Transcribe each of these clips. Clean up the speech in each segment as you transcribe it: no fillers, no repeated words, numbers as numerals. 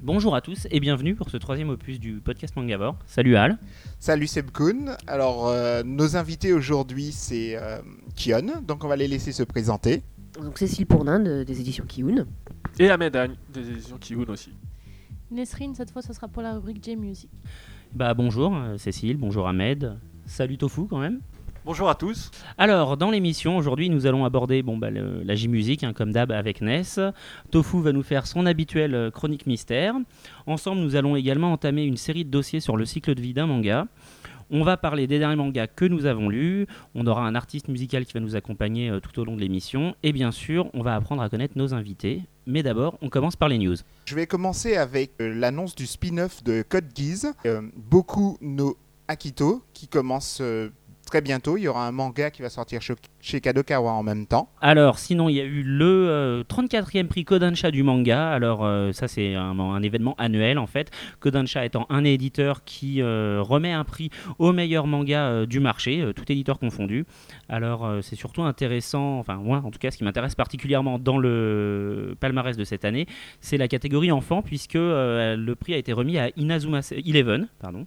Bonjour à tous et bienvenue pour ce troisième opus du podcast Mangavore. Salut Al. Salut Sebkun. Alors, nos invités aujourd'hui, c'est Kion, donc on va les laisser se présenter. Donc Cécile Pournin des éditions Kiyun. Et Ahmed Agne, des éditions Kiyun aussi. Nesrine, cette fois, ça sera pour la rubrique J-Music. Bonjour Cécile, bonjour Ahmed. Salut Tofu quand même. Bonjour à tous. Alors, dans l'émission, aujourd'hui, nous allons aborder la J-Music, comme d'hab, avec Ness. Tofu va nous faire son habituelle chronique mystère. Ensemble, nous allons également entamer une série de dossiers sur le cycle de vie d'un manga. On va parler des derniers mangas que nous avons lus. On aura un artiste musical qui va nous accompagner tout au long de l'émission. Et bien sûr, on va apprendre à connaître nos invités. Mais d'abord, on commence par les news. Je vais commencer avec l'annonce du spin-off de Code Geass, Boku no Akito, qui commence très bientôt. Il y aura un manga qui va sortir chez Kadokawa en même temps. Alors, sinon, il y a eu le 34e prix Kodansha du manga. Alors, ça, c'est un événement annuel, en fait. Kodansha étant un éditeur qui remet un prix au meilleur manga du marché, tout éditeur confondu. Alors, c'est surtout intéressant, enfin, moi, en tout cas, ce qui m'intéresse particulièrement dans le palmarès de cette année, c'est la catégorie enfant, puisque le prix a été remis à Inazuma Eleven,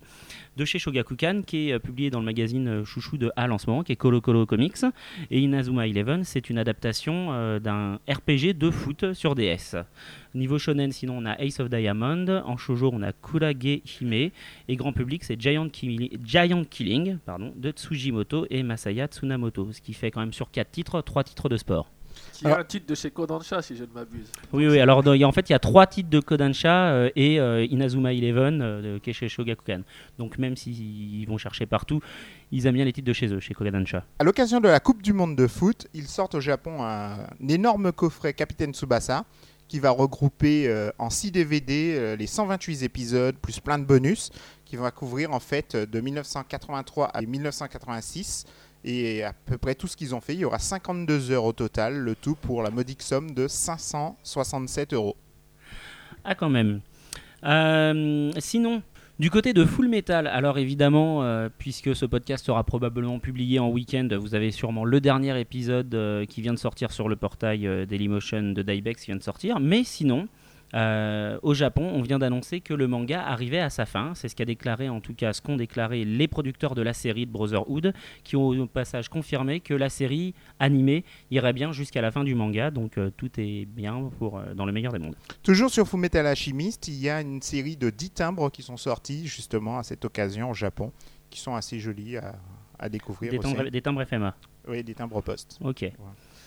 de chez Shogakukan, qui est publié dans le magazine chouchou de Hal en ce moment, qui est Colo Colo Comics. Et Inazuma Eleven, c'est une adaptation d'un RPG de foot sur DS. Niveau shonen, sinon, on a Ace of Diamond. En shoujo, on a Kurage Hime. Et grand public, c'est Giant Killing de Tsujimoto et Masaya Tsunamoto. Ce qui fait quand même sur 4 titres, 3 titres de sport. Qui a un titre de chez Kodansha, si je ne m'abuse. Oui, alors en fait, il y a 3 titres de Kodansha et Inazuma Eleven qui est chez Shogakukan. Donc même s'ils vont chercher partout, ils aiment bien les titres de chez eux, chez Kodansha. À l'occasion de la Coupe du Monde de foot, ils sortent au Japon un énorme coffret Capitaine Tsubasa qui va regrouper en 6 DVD les 128 épisodes plus plein de bonus qui va couvrir en fait de 1983 à 1986. Et à peu près tout ce qu'ils ont fait, il y aura 52 heures au total, le tout pour la modique somme de 567 €. Ah, quand même. Sinon, du côté de Full Metal, alors évidemment, puisque ce podcast sera probablement publié en week-end, vous avez sûrement le dernier épisode qui vient de sortir sur le portail Dailymotion de Daibex qui vient de sortir. Mais sinon, au Japon, on vient d'annoncer que le manga arrivait à sa fin. C'est ce qu'ont déclaré les producteurs de la série de Brotherhood, qui ont au passage confirmé que la série animée irait bien jusqu'à la fin du manga. Donc tout est bien dans le meilleur des mondes. Toujours sur Fullmetal Alchemist, il y a une série de 10 timbres qui sont sortis justement à cette occasion au Japon, qui sont assez jolis à découvrir. Des timbres FMA. Oui, des timbres poste. Ok. Ouais.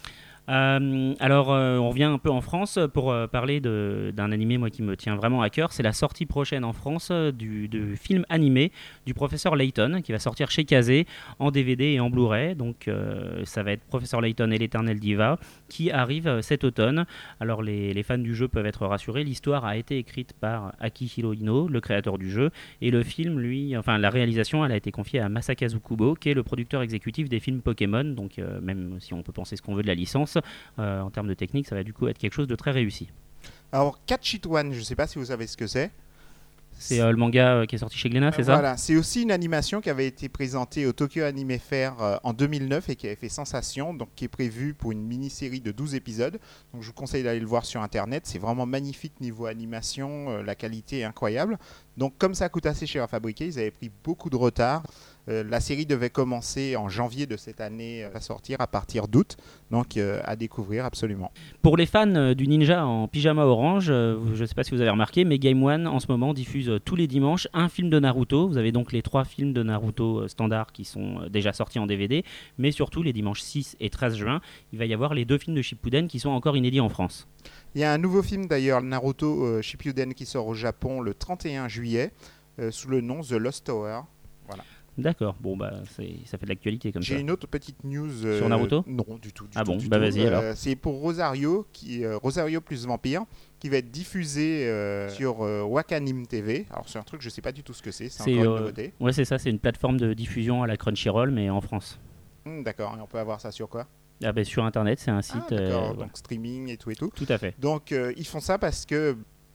On revient un peu en France pour parler d'un animé qui me tient vraiment à cœur. C'est la sortie prochaine en France du film animé du professeur Layton qui va sortir chez Kazé en DVD et en Blu-ray. Donc ça va être Professeur Layton et l'éternel diva qui arrive cet automne. Alors les fans du jeu peuvent être rassurés, l'histoire a été écrite par Akihiro Ino, le créateur du jeu, et le film, la réalisation, elle a été confiée à Masakazu Kubo, qui est le producteur exécutif des films Pokémon. Donc même si on peut penser ce qu'on veut de la licence, en termes de technique, ça va du coup être quelque chose de très réussi. Alors, Catch It One, je ne sais pas si vous savez ce que c'est. C'est le manga qui est sorti chez Glénat, c'est ça ? Voilà, c'est aussi une animation qui avait été présentée au Tokyo Anime Fair en 2009 et qui avait fait sensation, donc qui est prévue pour une mini-série de 12 épisodes. Donc je vous conseille d'aller le voir sur internet, c'est vraiment magnifique niveau animation, la qualité est incroyable. Donc comme ça coûte assez cher à fabriquer, ils avaient pris beaucoup de retard. La série devait commencer en janvier de cette année à sortir à partir d'août, donc à découvrir absolument. Pour les fans du ninja en pyjama orange, je ne sais pas si vous avez remarqué, mais Game One en ce moment diffuse tous les dimanches un film de Naruto. Vous avez donc les 3 films de Naruto standards qui sont déjà sortis en DVD, mais surtout les dimanches 6 et 13 juin, il va y avoir les 2 films de Shippuden qui sont encore inédits en France. Il y a un nouveau film d'ailleurs, Naruto Shippuden, qui sort au Japon le 31 juillet sous le nom The Lost Tower. Voilà. D'accord, ça fait de l'actualité comme ça. J'ai une autre petite news. Sur Naruto ? Non, du tout. Vas-y alors. C'est pour Rosario, Rosario plus Vampire, qui va être diffusé sur Wakanim TV. Alors c'est un truc, je ne sais pas du tout ce que c'est encore une nouveauté. Ouais, c'est ça, c'est une plateforme de diffusion à la Crunchyroll, mais en France. D'accord, et on peut avoir ça sur quoi ? Sur internet, c'est un site. Donc streaming et tout. Tout à fait. Donc ils font ça parce que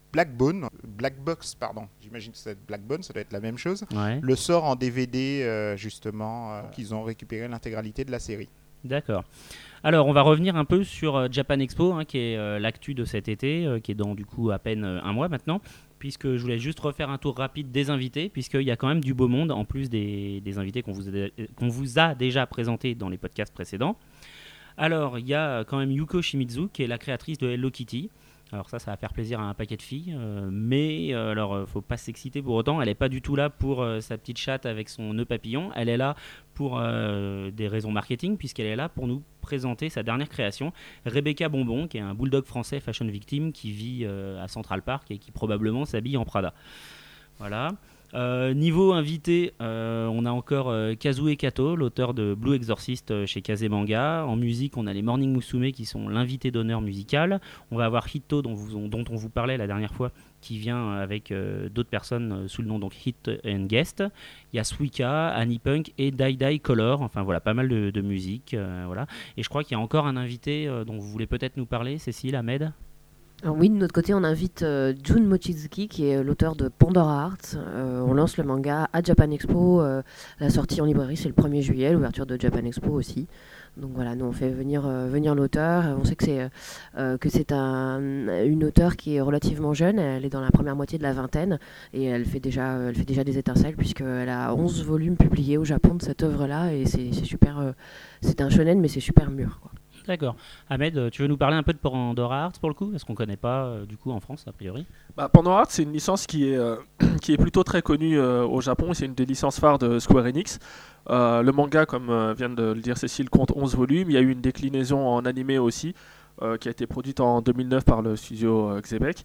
Black Box, j'imagine que c'est Blackbone, ça doit être la même chose, ouais. Le sort en DVD justement, qu'ils ont récupéré l'intégralité de la série. D'accord. Alors, on va revenir un peu sur Japan Expo, qui est l'actu de cet été, qui est dans du coup à peine un mois maintenant, puisque je voulais juste refaire un tour rapide des invités, puisqu'il y a quand même du beau monde, en plus des invités qu'on vous a déjà présentés dans les podcasts précédents. Alors, il y a quand même Yuko Shimizu, qui est la créatrice de Hello Kitty. Alors ça va faire plaisir à un paquet de filles, mais faut pas s'exciter pour autant. Elle n'est pas du tout là pour sa petite chatte avec son nœud papillon. Elle est là pour des raisons marketing, puisqu'elle est là pour nous présenter sa dernière création, Rebecca Bonbon, qui est un bulldog français fashion victime qui vit à Central Park et qui probablement s'habille en Prada. Voilà. Niveau invité, on a encore Kazue Kato, l'auteur de Blue Exorcist chez Kazé Manga. En musique, on a les Morning Musume qui sont l'invité d'honneur musical. On va avoir Hito, dont on vous parlait la dernière fois, qui vient avec d'autres personnes sous le nom donc Hit and Guest. Il y a Suika, Annie Punk et Dai Dai Color. Enfin voilà, pas mal de musique. Voilà. Et je crois qu'il y a encore un invité dont vous voulez peut-être nous parler, Cécile, Ahmed. Alors oui, de notre côté, on invite Jun Mochizuki, qui est l'auteur de Pandora Hearts. On lance le manga à Japan Expo. La sortie en librairie, c'est le 1er juillet, l'ouverture de Japan Expo aussi. Donc voilà, nous on fait venir l'auteur. On sait que c'est une auteure qui est relativement jeune. Elle est dans la première moitié de la vingtaine et elle fait déjà des étincelles, puisqu'elle a 11 volumes publiés au Japon de cette œuvre-là. Et c'est super. C'est un shonen, mais c'est super mûr, quoi. D'accord. Ahmed, tu veux nous parler un peu de Pandora Hearts pour le coup ? Parce qu'on ne connaît pas du coup en France a priori. Pandora Hearts, c'est une licence qui est plutôt très connue au Japon, et c'est une des licences phares de Square Enix. Le manga, comme vient de le dire Cécile, compte 11 volumes. Il y a eu une déclinaison en animé aussi, qui a été produite en 2009 par le studio Xebec.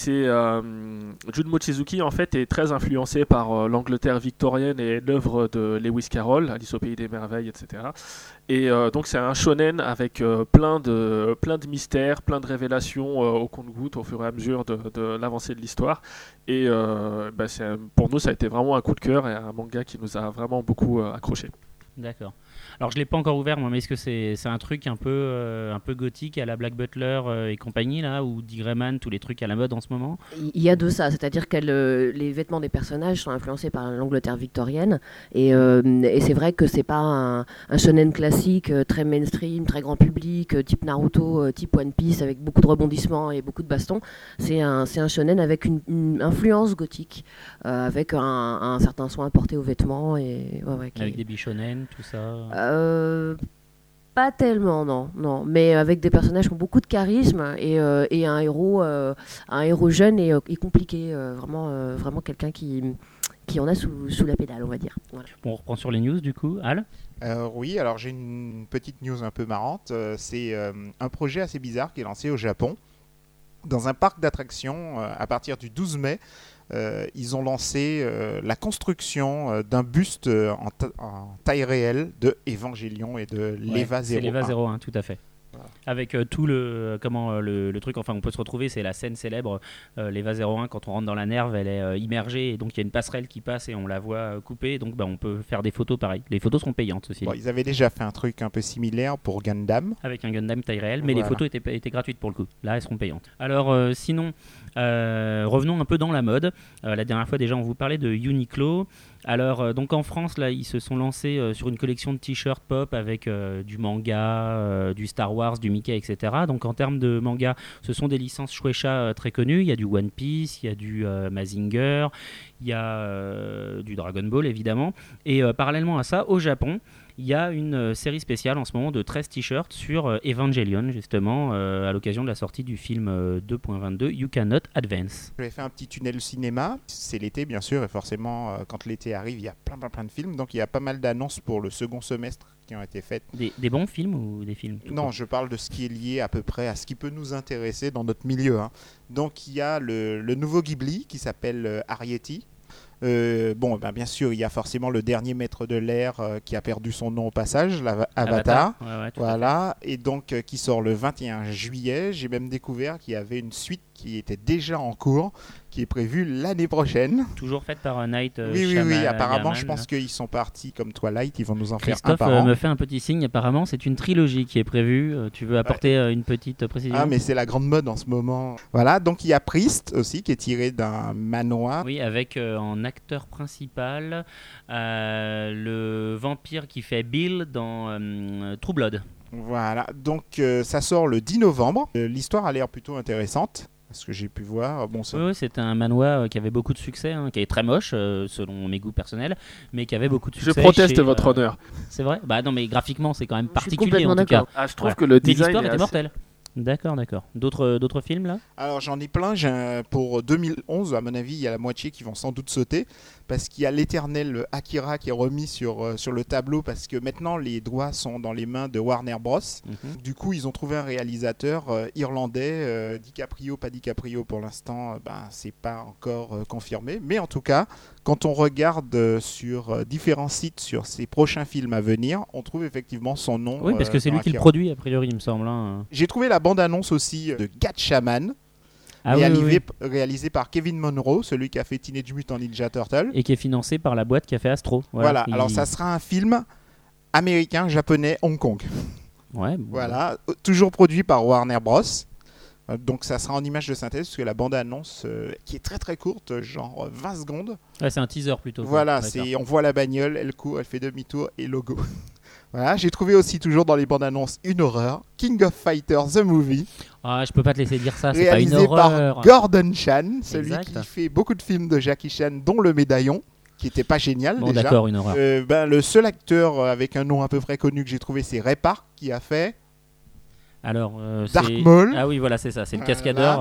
Jun Mochizuki en fait est très influencé par l'Angleterre victorienne et l'œuvre de Lewis Carroll, Alice au pays des merveilles, etc. Et donc c'est un shonen avec plein de mystères, plein de révélations au compte-gouttes au fur et à mesure de l'avancée de l'histoire. Et pour nous ça a été vraiment un coup de cœur et un manga qui nous a vraiment beaucoup accroché. D'accord. Alors je l'ai pas encore ouvert moi, mais est-ce que c'est un truc un peu gothique à la Black Butler et compagnie là, ou Dick Grayman, tous les trucs à la mode en ce moment ? Il y a de ça, c'est-à-dire que les vêtements des personnages sont influencés par l'Angleterre victorienne, et c'est vrai que c'est pas un shonen classique très mainstream, très grand public, type Naruto, type One Piece, avec beaucoup de rebondissements et beaucoup de bastons. C'est un shonen avec une influence gothique, avec un certain soin apporté aux vêtements et avec des bichonen, tout ça. Pas tellement, non, mais avec des personnages qui ont beaucoup de charisme et un héros jeune et compliqué, vraiment quelqu'un qui en a sous la pédale, on va dire. Voilà. Bon, on reprend sur les news du coup, Al ? Oui, alors j'ai une petite news un peu marrante. C'est un projet assez bizarre qui est lancé au Japon. Dans un parc d'attractions, à partir du 12 mai, ils ont lancé la construction d'un buste en taille réelle de Evangelion et de l'Eva 01. C'est l'Eva 01, tout à fait. Voilà. Avec tout le truc, enfin on peut se retrouver, c'est la scène célèbre, l'Eva 01, quand on rentre dans la nerve, elle est immergée, et donc il y a une passerelle qui passe et on la voit coupée, donc on peut faire des photos pareil. Les photos seront payantes aussi. Ils avaient déjà fait un truc un peu similaire pour Gundam. Avec un Gundam taille réelle, mais les photos étaient gratuites pour le coup. Là, elles seront payantes. Alors sinon, revenons un peu dans la mode. La dernière fois déjà, on vous parlait de Uniqlo. Alors, donc en France, là, ils se sont lancés sur une collection de t-shirts pop avec du manga, du Star Wars, du Mickey, etc. Donc en termes de manga, ce sont des licences Shueisha très connues. Il y a du One Piece, il y a du Mazinger, il y a du Dragon Ball, évidemment. Et parallèlement à ça, au Japon, il y a une série spéciale en ce moment de 13 t-shirts sur Evangelion, justement, à l'occasion de la sortie du film 2.22 You Cannot Advance. J'avais fait un petit tunnel cinéma, c'est l'été bien sûr, et forcément quand l'été arrive, il y a plein de films, donc il y a pas mal d'annonces pour le second semestre qui ont été faites. Des bons films ou des films Non, je parle de ce qui est lié à peu près à ce qui peut nous intéresser dans notre milieu. Donc il y a le nouveau Ghibli qui s'appelle Arrietty. Bien sûr, il y a forcément le dernier maître de l'air qui a perdu son nom au passage, Avatar. Ouais, voilà, et donc qui sort le 21 juillet. J'ai même découvert qu'il y avait une suite qui était déjà en cours, qui est prévue l'année prochaine. Toujours faite par Night Oui, apparemment, je pense qu'ils sont partis comme Twilight, ils vont nous en faire un par an. Christophe me fait un petit signe, apparemment, c'est une trilogie qui est prévue. Tu veux apporter une petite précision ? Ah, mais c'est la grande mode en ce moment. Voilà, donc il y a Priest aussi, qui est tiré d'un manoir. Oui, avec en acteur principal le vampire qui fait Bill dans True Blood. Voilà, donc ça sort le 10 novembre. L'histoire a l'air plutôt intéressante. ce que j'ai pu voir. Bon, ça... Oui, c'était un manhwa qui avait beaucoup de succès, hein, qui est très moche selon mes goûts personnels, mais qui avait beaucoup de Je succès. proteste chez, votre honneur. C'est vrai. Bah non, mais graphiquement, c'est quand même Je suis particulier en complètement tout cas. d'accord. Ah, je trouve Voilà. que le Mais design l'histoire est était assez- mortelle. D'accord. D'autres films là? Alors j'en ai plein, pour 2011 à mon avis il y a la moitié qui vont sans doute sauter parce qu'il y a l'éternel Akira qui est remis sur le tableau parce que maintenant les droits sont dans les mains de Warner Bros. Du coup ils ont trouvé un réalisateur irlandais, DiCaprio, pas DiCaprio pour l'instant, c'est pas encore confirmé, mais en tout cas quand on regarde sur différents sites sur ses prochains films à venir, on trouve effectivement son nom. Oui, parce que c'est dans lui qui le Akira. produit a priori, il me semble. Hein. J'ai trouvé la bande-annonce aussi de Gatchaman. Ah oui, oui. Réalisé par Kevin Monroe, celui qui a fait Teenage Mutant Ninja Turtle. Et qui est financé par la boîte qui a fait Astro. Voilà, Il- alors ça sera un film américain, japonais, Hong Kong. Ouais, bon. Voilà, toujours produit par Warner Bros. Donc ça sera en image de synthèse, parce que la bande-annonce, qui est très très courte, genre 20 secondes. Ouais, c'est un teaser plutôt. Voilà, D'accord. on voit la bagnole, elle court, elle fait demi-tour et logo. Voilà, j'ai trouvé aussi toujours dans les bandes annonces une horreur, King of Fighters the Movie, Ah, je peux pas te laisser dire ça, c'est pas une réalisé horreur. par Gordon Chan, celui Exact. qui fait beaucoup de films de Jackie Chan, dont Le Médaillon, qui était pas génial Bon, déjà. d'accord, une horreur. Le seul acteur avec un nom à peu près connu que j'ai trouvé, c'est Ray Park qui a fait Alors, Dark c'est... Maul. Ah oui, voilà, c'est ça, c'est le Voilà. cascadeur.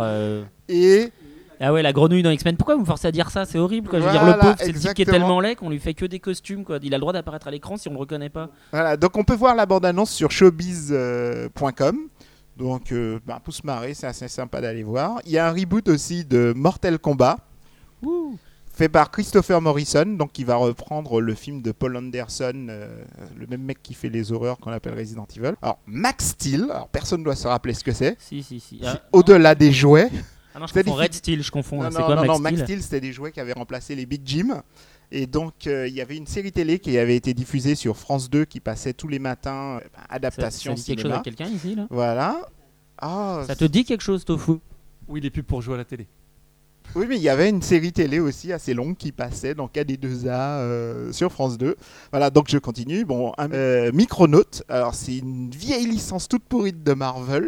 Et Ah ouais, la grenouille dans X-Men. Pourquoi vous me forcez à dire ça? C'est horrible, quoi. Je veux dire, Voilà, le pauvre, c'est le type qui est exactement. tellement laid qu'on lui fait que des costumes, quoi. Il a le droit d'apparaître à l'écran si on le reconnaît pas. voilà, donc on peut voir la bande-annonce sur showbiz.com. Donc, pouce marrer, c'est assez sympa d'aller voir. Il y a un reboot aussi de Mortal Kombat, Ouh. fait par Christopher Morrison, donc qui va reprendre le film de Paul Anderson, le même mec qui fait les horreurs qu'on appelle Resident Evil. Alors, Max Steel, alors personne ne doit se rappeler ce que c'est. Si. C'est au-delà des jouets. Ah non, je C'est confonds des Red Steel, je confonds. Non, C'est quoi non, Max Max Steel? Steel, c'était des jouets qui avaient remplacé les Big Jim. Et donc, il y avait une série télé qui avait été diffusée sur France 2 qui passait tous les matins, adaptation Ça dit quelque chose cinéma. à quelqu'un ici, là? Voilà. Ah, Ça te dit quelque chose, Tofu? Oui, les pubs pour jouer à la télé. oui, mais il y avait une série télé aussi assez longue qui passait dans KD2A sur France 2. Voilà, donc je continue. Bon, Micronaut. Alors, c'est une vieille licence toute pourrite de Marvel.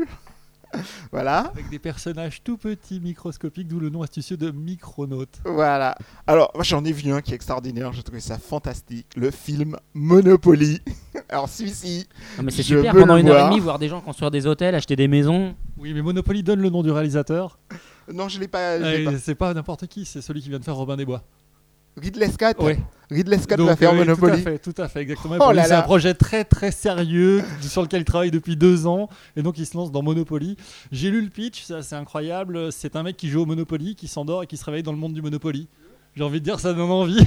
Voilà. Avec des personnages tout petits, microscopiques, d'où le nom astucieux de Micronautes. Voilà. Alors, moi, j'en ai vu un qui est extraordinaire. J'ai trouvé ça fantastique. Le film Monopoly. Alors, celui-ci. Non, mais c'est Je super, veux pendant le 1 heure et voir. demie, voir des gens construire des hôtels, acheter des maisons. Oui, mais Monopoly donne le nom du réalisateur. Non, je l'ai pas. je l'ai pas. C'est pas n'importe qui, c'est celui qui vient de faire Robin des Bois. Ridley Scott. Ouais. Ridley Scott Donc, va faire oui, Monopoly. Tout à fait, exactement. Oh Pour lui, là c'est là. un projet très très sérieux sur lequel il travaille depuis 2 ans et donc il se lance dans Monopoly. J'ai lu le pitch, c'est assez incroyable. C'est un mec qui joue au Monopoly, qui s'endort et qui se réveille dans le monde du Monopoly. J'ai envie de dire, ça donne envie.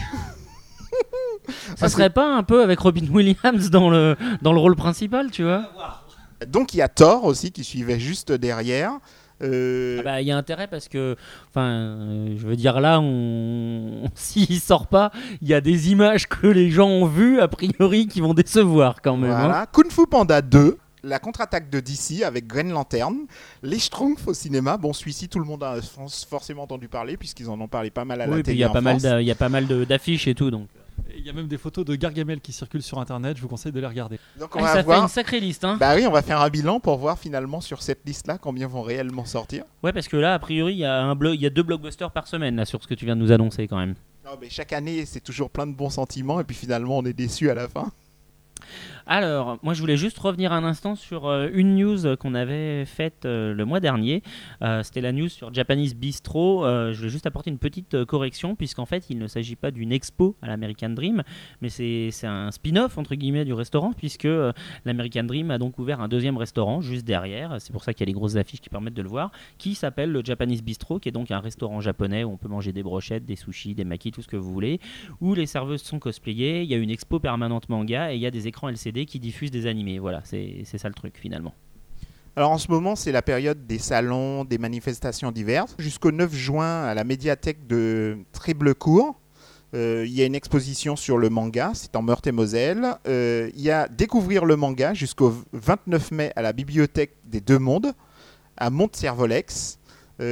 Ça serait pas un peu avec Robin Williams dans le rôle principal, tu vois? Donc, il y a Thor aussi qui suivait juste derrière. Ah bah, y a intérêt parce que, je veux dire là, s'il sort pas, il y a des images que les gens ont vues a priori qui vont décevoir quand même. Hein. Voilà. Kung Fu Panda 2. La contre-attaque de DC avec Green Lantern. Les Schtroumpfs au cinéma. Bon, celui-ci, tout le monde a forcément entendu parler puisqu'ils en ont parlé pas mal à la Oui, puis télé il y a en pas mal, France. il y a pas mal d'affiches et tout donc. Il y a même des photos de Gargamel qui circulent sur internet, je vous conseille de les regarder. Donc, on Ah, va ça fait voir. une sacrée liste, hein. Bah oui, on va faire un bilan pour voir finalement sur cette liste-là combien vont réellement sortir. Ouais, parce que là, a priori, il y a 2 blockbusters par semaine là sur ce que tu viens de nous annoncer quand même. Non, mais chaque année, c'est toujours plein de bons sentiments et puis finalement, on est déçu à la fin. Alors, moi je voulais juste revenir un instant sur une news qu'on avait faite le mois dernier. C'était la news sur Japanese Bistro. Je voulais juste apporter une petite correction, puisqu'en fait il ne s'agit pas d'une expo à l'American Dream, mais c'est un spin-off entre guillemets du restaurant, puisque l'American Dream a donc ouvert un deuxième restaurant juste derrière. C'est pour ça qu'il y a les grosses affiches qui permettent de le voir, qui s'appelle le Japanese Bistro, qui est donc un restaurant japonais où on peut manger des brochettes, des sushis, des makis, tout ce que vous voulez, où les serveuses sont cosplayées. Il y a une expo permanente manga et il y a des écrans LCD qui diffusent des animés. Voilà, c'est ça le truc finalement. Alors en ce moment, c'est la période des salons, des manifestations diverses. Jusqu'au 9 juin, à la médiathèque de Tréblecourt, il y a une exposition sur le manga, c'est en Meurthe-et-Moselle. Il y a Découvrir le manga jusqu'au 29 mai à la bibliothèque des Deux Mondes, à Monte-Servolex.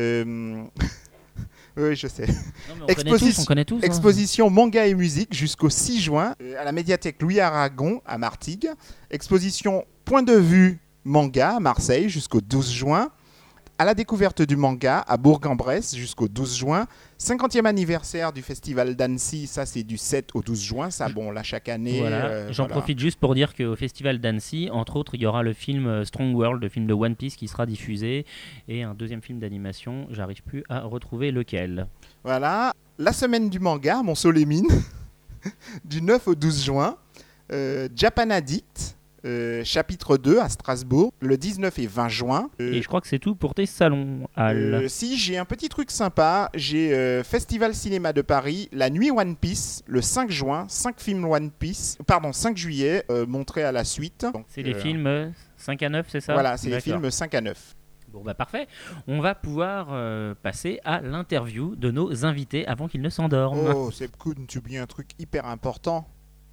Oui, je sais. Non, mais on connaît tous. Hein. Exposition manga et musique jusqu'au 6 juin à la médiathèque Louis Aragon à Martigues. Exposition Point de vue manga à Marseille jusqu'au 12 juin. à la découverte du manga à Bourg-en-Bresse jusqu'au 12 juin. 50e anniversaire du festival d'Annecy, ça c'est du 7 au 12 juin, ça bon là chaque année. Voilà. J'en profite juste pour dire qu'au festival d'Annecy, entre autres, il y aura le film Strong World, le film de One Piece qui sera diffusé, et un deuxième film d'animation, j'arrive plus à retrouver lequel. Voilà, la semaine du manga, mon Solémine, du 9 au 12 juin, Japan Addict, chapitre 2 à Strasbourg, le 19 et 20 juin. Et je crois que c'est tout pour tes salons, Al. Si, j'ai un petit truc sympa. J'ai Festival Cinéma de Paris, la nuit One Piece, le 5 juin, 5 films One Piece, 5 juillet, montrés à la suite. Donc, C'est les films 5 à 9, c'est ça? Voilà, c'est les D'accord. films 5 à 9. Bon bah parfait, on va pouvoir passer à l'interview de nos invités avant qu'ils ne s'endorment. Oh, Sepkoun, tu oublies un truc hyper important.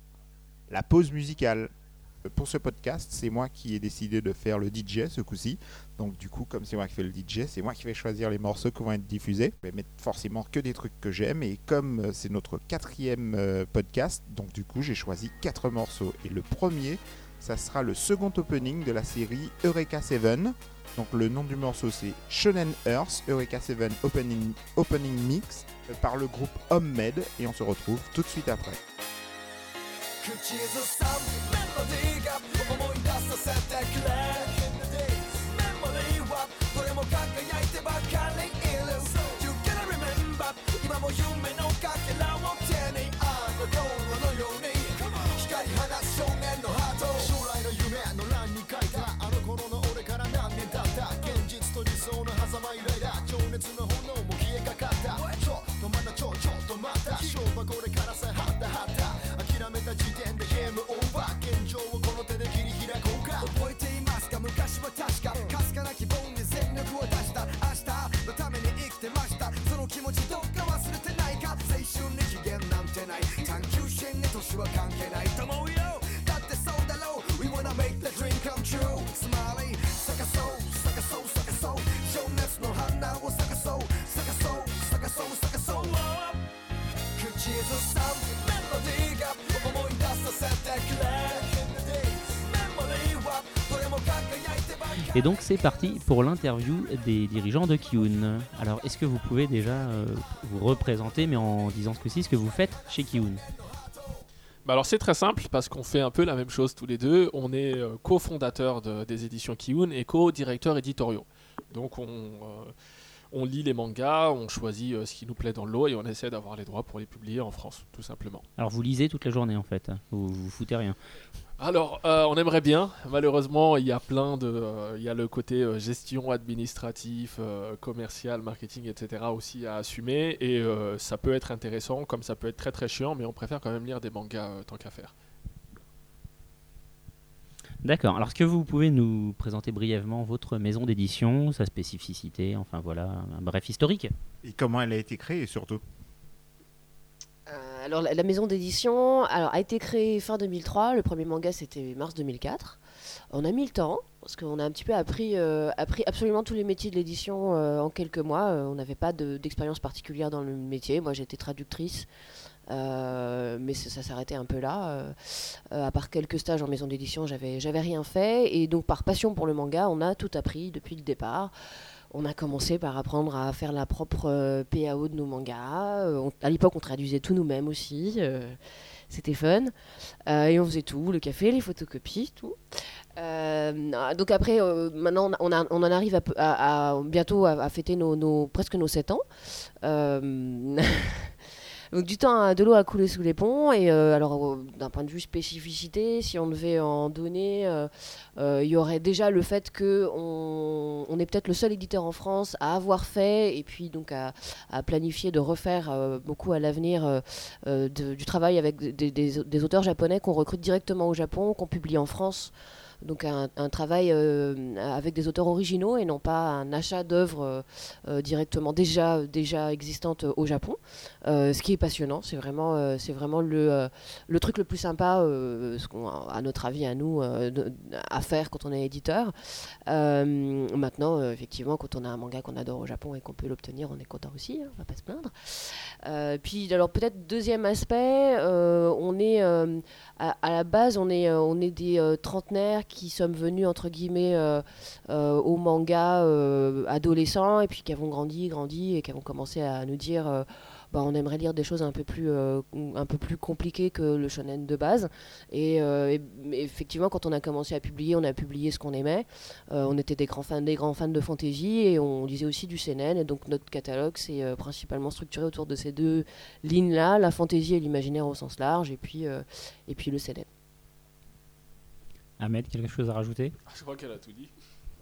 La pause musicale. Pour ce podcast, c'est moi qui ai décidé de faire le DJ ce coup-ci. Donc du coup, comme c'est moi qui fais le DJ, c'est moi qui vais choisir les morceaux qui vont être diffusés. Je vais mettre forcément que des trucs que j'aime. Et comme c'est notre 4e podcast, donc du coup, j'ai choisi 4 morceaux. Et le premier, ça sera le second opening de la série Eureka 7. Donc le nom du morceau, c'est Shonen Earth, Eureka 7 Opening Mix, par le groupe Homemade. Et on se retrouve tout de suite après. 口ずさむメロディーが思い出させてくれメモリーはどれも輝いてばかりいる You gotta remember 今も夢のかけらを手にあの頃のように光り放つ少年のハート将来の夢の欄に書いたあの頃の俺から何年経った現実と理想の狭間以来だ情熱の炎も消えかかったちょっとまたちょっとまた勝負はこれからさはったはった諦めた時点でゲームオーバー現状をこの手で切り開こうか覚えていますか昔は確かかすかな希望に全力を出した明日のために生きてましたその気持ちどっか忘れてないか青春に期限なんてない探求心に年は関係ないと思うよだってそうだろう We wanna make the dream come true スマイリー咲かそう咲かそう咲かそう情熱の花を咲かそう咲かそう咲かそう咲かそう口ずさむメロディーが思い出させてくれメモリーはどれも輝いてばかり Et donc c'est parti pour l'interview des dirigeants de Kiun. Alors est-ce que vous pouvez déjà vous représenter, mais en disant ce coup-ci, ce que vous faites chez Kiun? Bah alors c'est très simple parce qu'on fait un peu la même chose tous les deux. On est cofondateurs des éditions Kiun et co-directeurs éditoriaux. Donc on lit les mangas, on choisit ce qui nous plaît dans le lot et on essaie d'avoir les droits pour les publier en France, tout simplement. Alors vous lisez toute la journée en fait, vous foutez rien. Alors, on aimerait bien. Malheureusement, il y a il y a le côté gestion administratif, commercial, marketing, etc. aussi à assumer. Et ça peut être intéressant, comme ça peut être très très chiant, mais on préfère quand même lire des mangas tant qu'à faire. D'accord, alors est-ce que vous pouvez nous présenter brièvement votre maison d'édition, sa spécificité, enfin voilà, un bref historique? Et comment elle a été créée surtout? Alors la maison d'édition a été créée fin 2003, le premier manga c'était mars 2004. On a mis le temps, parce qu'on a un petit peu appris absolument tous les métiers de l'édition en quelques mois. On n'avait pas d'expérience particulière dans le métier, moi j'étais traductrice, mais ça s'arrêtait un peu là. À part quelques stages en maison d'édition, j'avais rien fait, et donc par passion pour le manga, on a tout appris depuis le départ. On a commencé par apprendre à faire la propre PAO de nos mangas. À l'époque, on traduisait tout nous-mêmes aussi. C'était fun. Et on faisait tout, le café, les photocopies, tout. Donc après, maintenant, on en arrive bientôt à fêter presque nos 7 ans. Donc du temps, de l'eau a coulé sous les ponts. Et alors, d'un point de vue spécificité, si on devait en donner, il y aurait déjà le fait qu'on est peut-être le seul éditeur en France à avoir fait, et puis donc à planifier de refaire beaucoup à l'avenir du travail avec des auteurs japonais qu'on recrute directement au Japon, qu'on publie en France. Donc un travail avec des auteurs originaux et non pas un achat d'œuvres directement déjà existantes au Japon. Ce qui est passionnant, c'est vraiment le truc le plus sympa, à notre avis, à nous, à faire quand on est éditeur. Maintenant, effectivement, quand on a un manga qu'on adore au Japon et qu'on peut l'obtenir, on est content aussi, on va pas se plaindre. Puis alors peut-être deuxième aspect, on est à la base, on est des trentenaires qui sommes venus entre guillemets au manga adolescents et puis qui avons grandi et qui avons commencé à nous dire on aimerait lire des choses un peu plus compliquées que le shonen de base. Et effectivement, quand on a commencé à publier, on a publié ce qu'on aimait. On était des grands fans de fantasy et on lisait aussi du seinen. Et donc notre catalogue s'est principalement structuré autour de ces deux lignes-là, la fantasy et l'imaginaire au sens large, et puis le seinen. Ahmed, quelque chose à rajouter ? Je crois qu'elle a tout dit.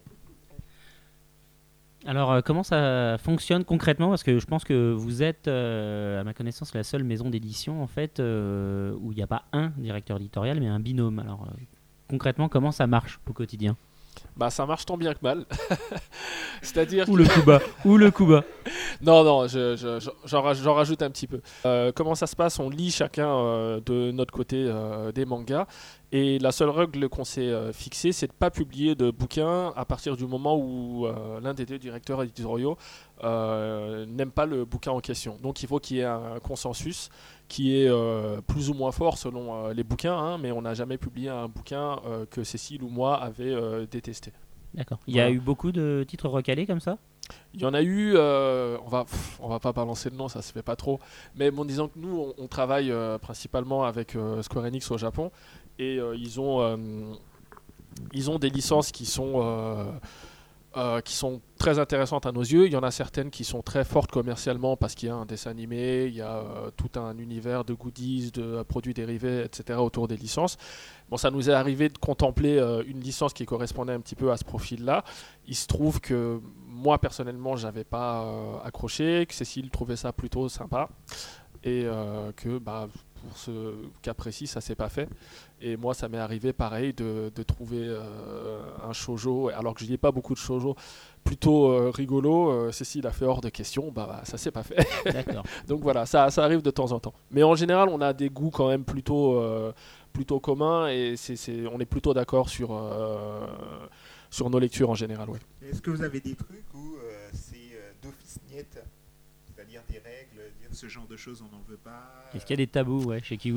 Alors, comment ça fonctionne concrètement ? Parce que je pense que vous êtes, à ma connaissance, la seule maison d'édition en fait où il n'y a pas un directeur éditorial, mais un binôme. Alors, concrètement, comment ça marche au quotidien ? Ça marche tant bien que mal. C'est-à-dire Ou le coup bas. Non, j'en rajoute un petit peu. Comment ça se passe ? On lit chacun de notre côté des mangas. Et la seule règle qu'on s'est fixée, c'est de ne pas publier de bouquins à partir du moment où l'un des deux directeurs éditoriaux n'aime pas le bouquin en question. Donc il faut qu'il y ait un consensus qui est plus ou moins fort selon les bouquins, mais on n'a jamais publié un bouquin que Cécile ou moi avait détesté. D'accord. Il y a eu beaucoup de titres recalés comme ça ? Il y en a eu, on va pas balancer le nom, ça se fait pas trop, mais disons que nous on travaille principalement avec Square Enix au Japon et ils ont des licences qui sont très intéressantes à nos yeux. Il y en a certaines qui sont très fortes commercialement parce qu'il y a un dessin animé, il y a tout un univers de goodies, de produits dérivés, etc. autour des licences. Ça nous est arrivé de contempler une licence qui correspondait un petit peu à ce profil-là. Il se trouve que moi, personnellement, j'avais pas accroché, que Cécile trouvait ça plutôt sympa et que pour ce cas précis, ça s'est pas fait. Et moi, ça m'est arrivé pareil de trouver un shoujo, alors que je lis pas beaucoup de shoujo, plutôt rigolo. Cécile a fait hors de question, ça s'est pas fait. D'accord. Donc voilà, ça arrive de temps en temps. Mais en général, on a des goûts quand même plutôt communs et on est plutôt d'accord sur nos lectures en général. Ouais. Est-ce que vous avez des trucs où c'est d'office niet, c'est-à-dire des règles, dire ce genre de choses on n'en veut pas Est-ce qu'il y a des tabous chez Kiwood ?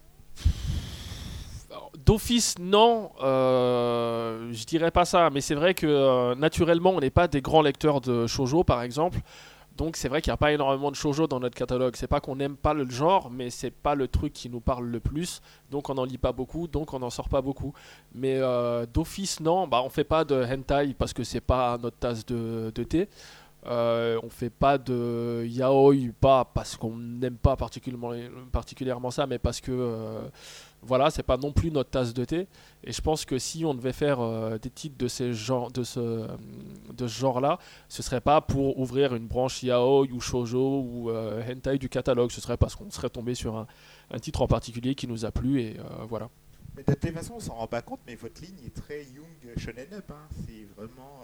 Alors, d'office, non, je dirais pas ça, mais c'est vrai que naturellement, on n'est pas des grands lecteurs de shoujo, par exemple. Donc c'est vrai qu'il n'y a pas énormément de shoujo dans notre catalogue. C'est pas qu'on n'aime pas le genre, mais c'est pas le truc qui nous parle le plus. Donc on n'en lit pas beaucoup, donc on n'en sort pas beaucoup. Mais d'office, non, on fait pas de hentai parce que c'est pas notre tasse de thé. On fait pas de yaoi, pas parce qu'on n'aime pas particulièrement ça, mais parce que c'est pas non plus notre tasse de thé. Et je pense que si on devait faire des titres de ce genre-là, ce serait pas pour ouvrir une branche yaoi ou shoujo ou hentai du catalogue. Ce serait parce qu'on serait tombé sur un titre en particulier qui nous a plu et voilà. Mais de toute façon, on s'en rend pas compte, mais votre ligne est très Young Shonen Up. C'est vraiment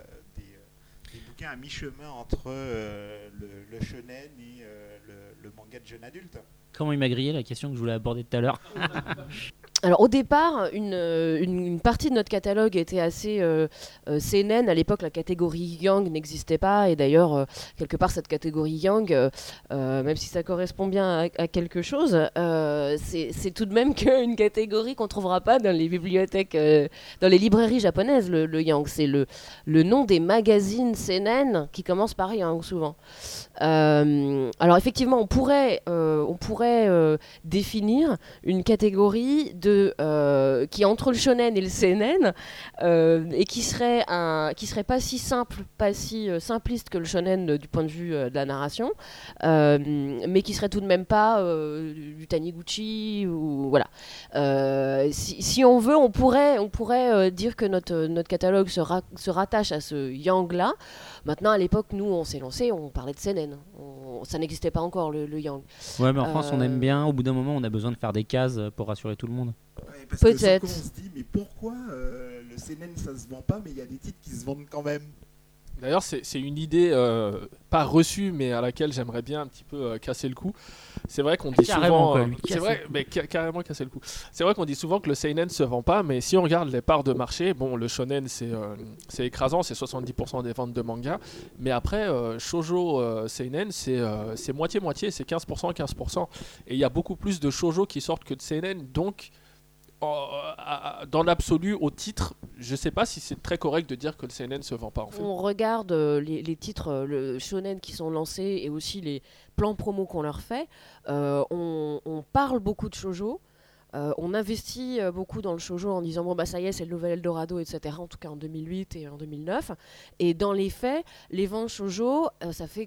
des bouquins à mi-chemin entre le shonen et le manga de jeune adulte. Comment il m'a grillé la question que je voulais aborder tout à l'heure ? Alors au départ, une partie de notre catalogue était assez seinen. À l'époque, la catégorie Young n'existait pas. Et d'ailleurs, quelque part, cette catégorie Young, même si ça correspond bien à quelque chose, c'est tout de même qu'une catégorie qu'on ne trouvera pas dans les bibliothèques, dans les librairies japonaises, le Young. C'est le nom des magazines seinen qui commence par Young, souvent. Alors effectivement, on pourrait définir une catégorie qui est entre le shonen et le seinen et qui serait pas si simple, pas si simpliste que le shonen du point de vue de la narration, mais qui serait tout de même pas du Taniguchi ou voilà. Si on veut, on pourrait dire que notre catalogue se rattache à ce yang là. Maintenant, à l'époque, nous, on s'est lancé, on parlait de seinen. Ça n'existait pas encore le yang. Ouais, mais en France, on aime bien. Au bout d'un moment, on a besoin de faire des cases pour rassurer tout le monde. Ouais, parce Peut-être. Que on se dit, mais pourquoi le seinen ça se vend pas, mais il y a des titres qui se vendent quand même. D'ailleurs, c'est une idée pas reçue, mais à laquelle j'aimerais bien un petit peu casser le cou. C'est vrai qu'on dit Carrément, souvent, quoi, c'est vrai, mais carrément casser le cou. C'est vrai qu'on dit souvent que le seinen se vend pas, mais si on regarde les parts de marché, le shonen c'est écrasant, c'est 70% des ventes de manga, mais après shoujo seinen c'est moitié-moitié, c'est 15%, et il y a beaucoup plus de shoujo qui sortent que de seinen, donc dans l'absolu, au titre, je sais pas si c'est très correct de dire que le seinen se vend pas en fait. On regarde les titres, le shonen qui sont lancés et aussi les plans promo qu'on leur fait. On parle beaucoup de shoujo. On investit beaucoup dans le shoujo en disant bon bah ça y est c'est le nouvel Eldorado etc. En tout cas en 2008 et en 2009 et dans les faits les ventes shoujo ça fait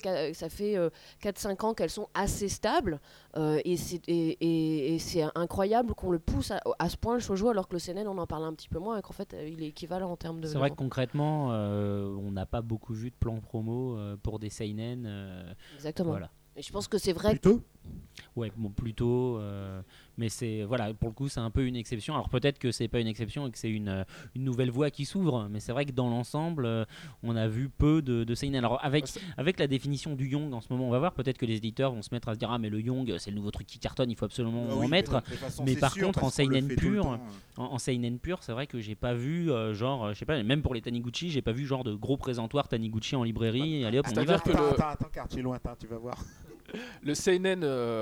4-5 ans qu'elles sont assez stables et c'est incroyable qu'on le pousse à ce point le shoujo alors que le seinen on en parle un petit peu moins et qu'en fait il est équivalent en termes de C'est vrai que concrètement, on n'a pas beaucoup vu de plans promo pour des seinen. exactement Voilà. et je pense que c'est vrai Plutôt Ouais, bon, plutôt. Mais c'est voilà, pour le coup, c'est un peu une exception. Alors peut-être que c'est pas une exception et que c'est une nouvelle voie qui s'ouvre. Mais c'est vrai que dans l'ensemble, on a vu peu de seinen. Alors avec la définition du young en ce moment, on va voir. Peut-être que les éditeurs vont se mettre à se dire ah mais le young, c'est le nouveau truc qui cartonne, il faut absolument en mettre. Mais par contre, en seinen pur, en seinen pur, c'est vrai que j'ai pas vu genre, je sais pas, même pour les Taniguchi, j'ai pas vu genre de gros présentoirs Taniguchi en librairie. Allez hop, on y va. C'est-à-dire que Attends, quartier lointain, tu vas voir. le seinen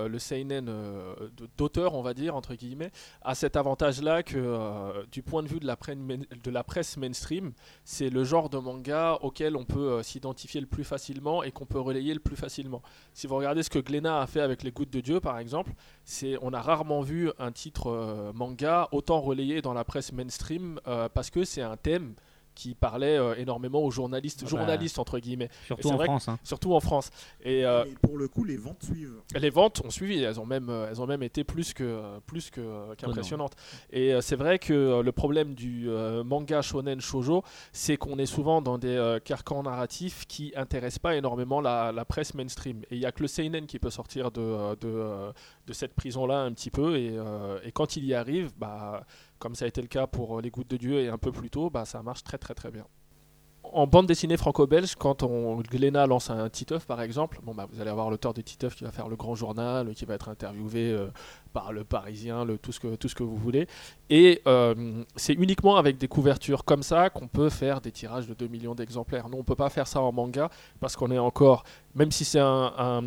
d'auteur, on va dire, entre guillemets, a cet avantage-là que du point de vue de la presse mainstream, c'est le genre de manga auquel on peut s'identifier le plus facilement et qu'on peut relayer le plus facilement. Si vous regardez ce que Glénat a fait avec Les Gouttes de Dieu, par exemple, on a rarement vu un titre manga autant relayé dans la presse mainstream parce que c'est un thème qui parlait énormément aux journalistes entre guillemets. Surtout en France. Hein. Surtout en France. Et Mais pour le coup, les ventes suivent. les ventes ont suivi, elles ont même été plus qu'impressionnantes. Et c'est vrai que le problème du manga shonen shoujo, c'est qu'on est souvent dans des carcans narratifs qui intéressent pas énormément la presse mainstream. Et il y a que le seinen qui peut sortir de cette prison-là un petit peu. Et quand il y arrive, comme ça a été le cas pour Les Gouttes de Dieu et un peu plus tôt, ça marche très très très bien. En bande dessinée franco-belge, quand Glénat lance un Titeuf par exemple, vous allez avoir l'auteur de Titeuf qui va faire le grand journal, qui va être interviewé par le Parisien, tout ce que vous voulez. Et c'est uniquement avec des couvertures comme ça qu'on peut faire des tirages de 2 millions d'exemplaires. Nous, on ne peut pas faire ça en manga parce qu'on est encore, même si c'est un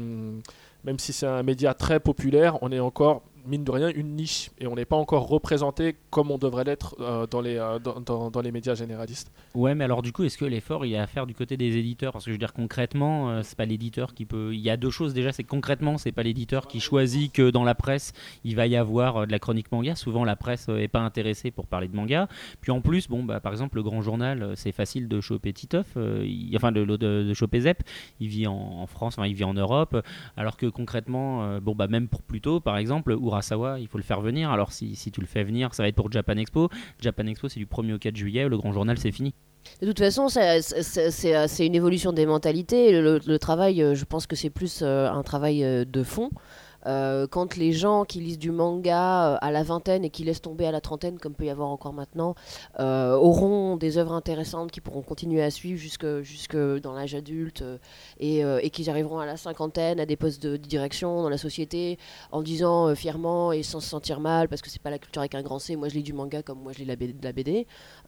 média très populaire, on est encore mine de rien une niche et on n'est pas encore représenté comme on devrait l'être dans les médias généralistes. Ouais, mais alors du coup, est-ce que l'effort il est à faire du côté des éditeurs? Parce que je veux dire concrètement, c'est pas l'éditeur qui peut. Il y a deux choses déjà, c'est que concrètement, c'est pas l'éditeur qui choisit que dans la presse il va y avoir de la chronique manga. Souvent, la presse est pas intéressée pour parler de manga. Puis en plus, par exemple, le Grand Journal, c'est facile de choper Titeuf, de choper Zep. Il vit en France, il vit en Europe, alors que concrètement, même pour Pluto, par exemple, Urasawa, il faut le faire venir. Alors si tu le fais venir, ça va être pour Japan Expo. Japan Expo, c'est du 1er au 4 juillet. Le Grand Journal, c'est fini. De toute façon, c'est une évolution des mentalités. Le travail, je pense que c'est plus un travail de fond. Quand les gens qui lisent du manga à la vingtaine et qui laissent tomber à la trentaine, comme peut y avoir encore maintenant, auront des œuvres intéressantes qui pourront continuer à suivre jusque dans l'âge adulte et qui arriveront à la cinquantaine à des postes de direction dans la société en disant fièrement et sans se sentir mal parce que c'est pas la culture avec un grand C, moi je lis du manga comme moi je lis la BD,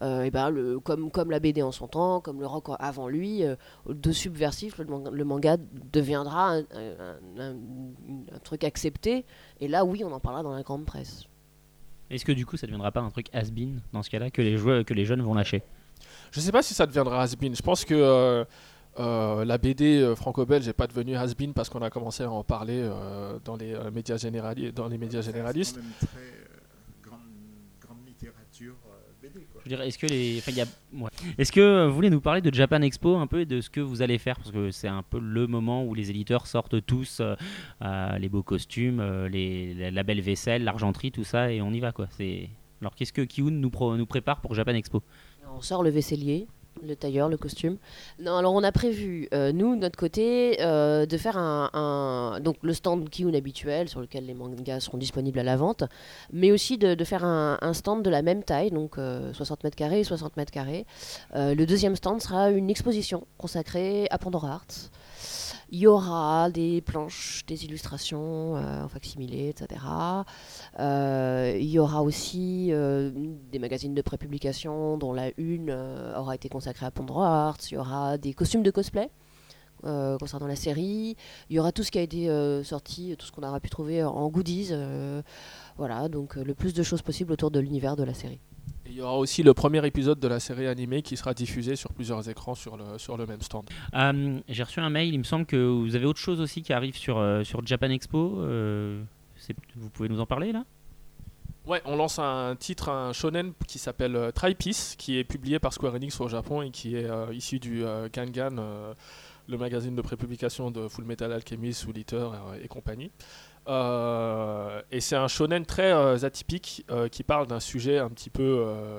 comme la BD en son temps, comme le rock avant lui, de subversif, le manga deviendra un truc accepté, et là oui on en parlera dans la grande presse. Est-ce que du coup ça ne deviendra pas un truc has-been dans ce cas-là que les jeunes vont lâcher? Je sais pas si ça deviendra has-been. Je pense que la BD franco-belge n'est pas devenue has-been parce qu'on a commencé à en parler dans les médias généralistes. C'est quand même très grande littérature BD, quoi. Je dirais, est-ce que vous voulez nous parler de Japan Expo un peu et de ce que vous allez faire, parce que c'est un peu le moment où les éditeurs sortent tous les beaux costumes, la belle vaisselle, l'argenterie, tout ça, et on y va quoi. Alors qu'est-ce que Ki-hoon nous prépare pour Japan Expo? On sort le vaisselier, le tailleur, le costume. Non, alors on a prévu, nous, de notre côté, de faire donc le stand Ki-hoon habituel sur lequel les mangas seront disponibles à la vente, mais aussi de faire un stand de la même taille, donc 60 mètres carrés et 60 mètres carrés. Le deuxième stand sera une exposition consacrée à Pandora Arts. Il y aura des planches, des illustrations en facsimilé, etc. Il y aura aussi des magazines de prépublication dont la une aura été consacrée à Pandora Arts. Il y aura des costumes de cosplay concernant la série. Il y aura tout ce qui a été sorti, tout ce qu'on aura pu trouver en goodies. Voilà, donc le plus de choses possibles autour de l'univers de la série. Et il y aura aussi le premier épisode de la série animée qui sera diffusé sur plusieurs écrans sur le même stand. J'ai reçu un mail, il me semble que vous avez autre chose aussi qui arrive sur Japan Expo. Vous pouvez nous en parler là ? Ouais, on lance un shonen qui s'appelle Tri-Piece, qui est publié par Square Enix au Japon et qui est issu du Gangan, le magazine de prépublication de Full Metal Alchemist, Soul Eater et compagnie. Et c'est un shonen très atypique qui parle d'un sujet un petit peu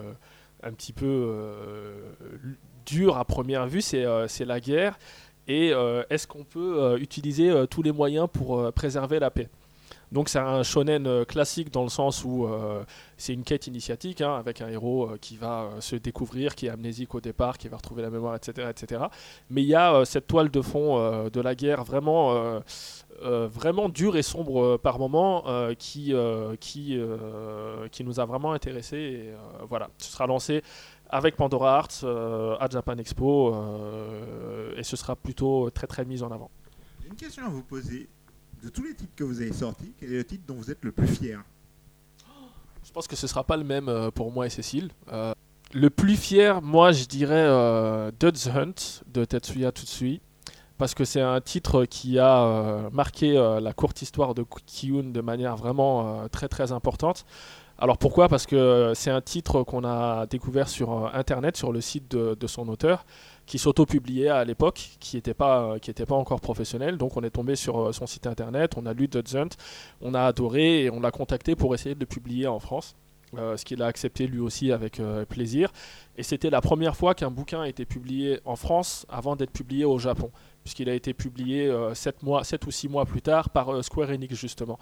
dur à première vue, c'est la guerre. Et est-ce qu'on peut utiliser tous les moyens pour préserver la paix ? Donc c'est un shonen classique dans le sens où c'est une quête initiatique avec un héros qui va se découvrir, qui est amnésique au départ, qui va retrouver la mémoire, etc. etc. Mais il y a cette toile de fond de la guerre vraiment dure et sombre par moments qui nous a vraiment intéressés. Et, voilà, ce sera lancé avec Pandora Arts à Japan Expo et ce sera plutôt très très mis en avant. J'ai une question à vous poser. De tous les titres que vous avez sortis, quel est le titre dont vous êtes le plus fier ? Je pense que ce ne sera pas le même pour moi et Cécile. Le plus fier, moi, je dirais Dud's Hunt de Tetsuya Tsutsui, parce que c'est un titre qui a marqué la courte histoire de Kiyun de manière vraiment très très importante. Alors pourquoi ? Parce que c'est un titre qu'on a découvert sur Internet, sur le site de son auteur, qui s'auto-publiait à l'époque, qui n'était pas encore professionnel. Donc on est tombé sur son site Internet, on a lu Dud's Hunt, on a adoré et on l'a contacté pour essayer de le publier en France. Ce qu'il a accepté lui aussi avec plaisir. Et c'était la première fois qu'un bouquin a été publié en France avant d'être publié au Japon, puisqu'il a été publié 7 ou 6 mois plus tard par Square Enix justement.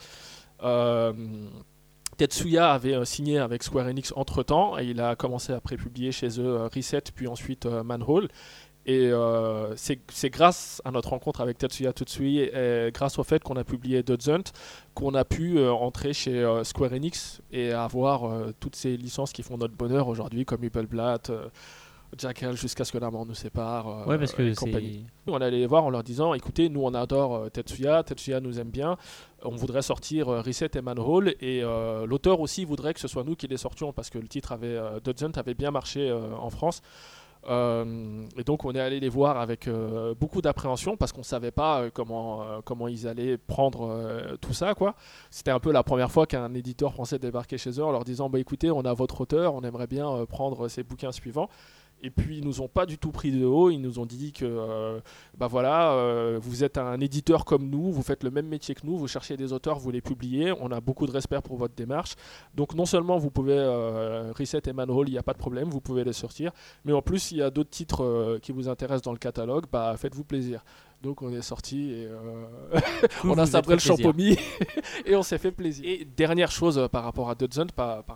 Tetsuya avait signé avec Square Enix entre-temps et il a commencé à prépublier chez eux Reset puis ensuite Manhole. Et c'est grâce à notre rencontre avec Tetsuya Tsutsui et grâce au fait qu'on a publié Dud's Hunt qu'on a pu entrer chez Square Enix et avoir toutes ces licences qui font notre bonheur aujourd'hui comme Evil Blatt, Jackal jusqu'à ce que la mort nous sépare. Ouais, parce que compagnie. On allait les voir en leur disant écoutez, nous on adore Tetsuya nous aime bien, on voudrait sortir Reset et Manhole et l'auteur aussi voudrait que ce soit nous qui les sortions parce que le titre Dud's Hunt avait bien marché en France. Et donc on est allé les voir avec beaucoup d'appréhension parce qu'on ne savait pas comment ils allaient prendre tout ça quoi. C'était un peu la première fois qu'un éditeur français débarquait chez eux en leur disant écoutez, on a votre auteur, on aimerait bien prendre ses bouquins suivants. Et puis ils nous ont pas du tout pris de haut, ils nous ont dit que vous êtes un éditeur comme nous, vous faites le même métier que nous, vous cherchez des auteurs, vous les publiez, on a beaucoup de respect pour votre démarche. Donc non seulement vous pouvez Reset et Manhole, il n'y a pas de problème, vous pouvez les sortir, mais en plus il y a d'autres titres qui vous intéressent dans le catalogue, faites-vous plaisir. Donc on est sorti et on a sabré le champomis et on s'est fait plaisir. Et dernière chose par rapport à Dud's Hunt,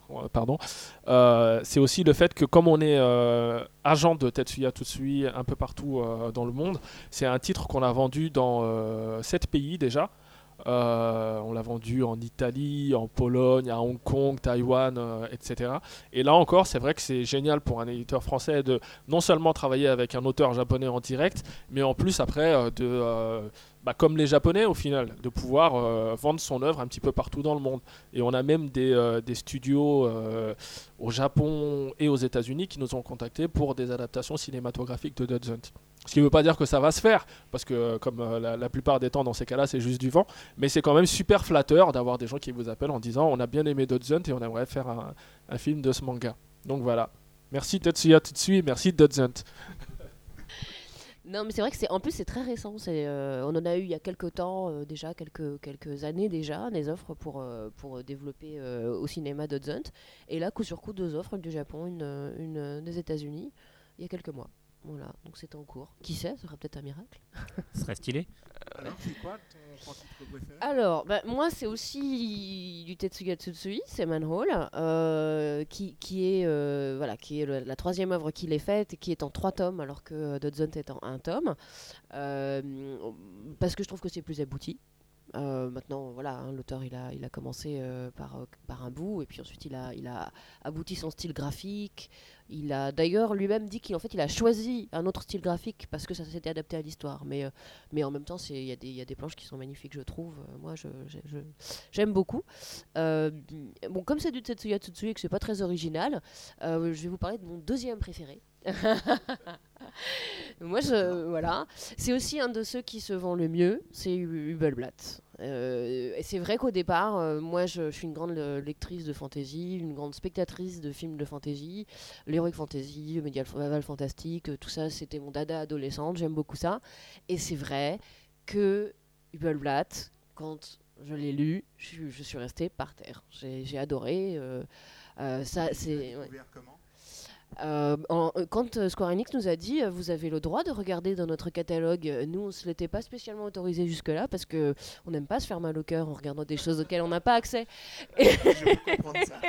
c'est aussi le fait que comme on est agent de Tetsuya Tsutsui un peu partout dans le monde, c'est un titre qu'on a vendu dans 7 pays déjà. On l'a vendu en Italie, en Pologne, à Hong Kong, Taïwan, etc. Et là encore, c'est vrai que c'est génial pour un éditeur français de non seulement travailler avec un auteur japonais en direct, mais en plus après comme les Japonais au final, de pouvoir vendre son œuvre un petit peu partout dans le monde. Et on a même des studios au Japon et aux États-Unis qui nous ont contactés pour des adaptations cinématographiques de Dud's Hunt. Ce qui ne veut pas dire que ça va se faire, parce que comme la plupart des temps dans ces cas-là, c'est juste du vent. Mais c'est quand même super flatteur d'avoir des gens qui vous appellent en disant on a bien aimé Dud's Hunt et on aimerait faire un film de ce manga. Donc voilà. Merci Tetsuya Tsutsui, merci Dud's Hunt. Non, mais c'est vrai que en plus c'est très récent. On en a eu il y a quelques temps, déjà quelques années déjà, des offres pour développer au cinéma Dud's Hunt. Et là, coup sur coup, 2 offres, une du Japon, une des États-Unis, il y a quelques mois. Voilà, donc c'est en cours. Qui sait, ce sera peut-être un miracle. Ce serait stylé. Alors, c'est quoi ton titre préféré ? Alors, moi, c'est aussi du Tetsuya Tsutsui, c'est Manhole, qui est la 3e œuvre qu'il ait faite et qui est en 3 tomes, alors que Dud's Hunt est en 1 tome, parce que je trouve que c'est plus abouti. Maintenant, voilà, hein, l'auteur il a commencé par un bout et puis ensuite il a abouti son style graphique. Il a d'ailleurs lui-même dit qu'il a choisi un autre style graphique parce que ça s'était adapté à l'histoire. Mais en même temps, il y a des planches qui sont magnifiques, je trouve. Moi, j'aime beaucoup. Bon, comme c'est du Tetsuya Tsutsui et que c'est pas très original, je vais vous parler de mon deuxième préféré. Moi, voilà. C'est aussi un de ceux qui se vend le mieux, c'est Hubelblatt. Et c'est vrai qu'au départ, moi je suis une grande lectrice de fantasy, une grande spectatrice de films de fantasy, l'heroic fantasy, le médiéval fantastique, tout ça c'était mon dada adolescente, j'aime beaucoup ça. Et c'est vrai que Hubelblatt, quand je l'ai lu, je suis restée par terre. J'ai adoré. Ça, c'est. Ouais. Comment Quand Square Enix nous a dit vous avez le droit de regarder dans notre catalogue, nous on ne se l'était pas spécialement autorisé jusque-là parce qu'on n'aime pas se faire mal au cœur en regardant des choses auxquelles on n'a pas accès. Je peux comprendre ça.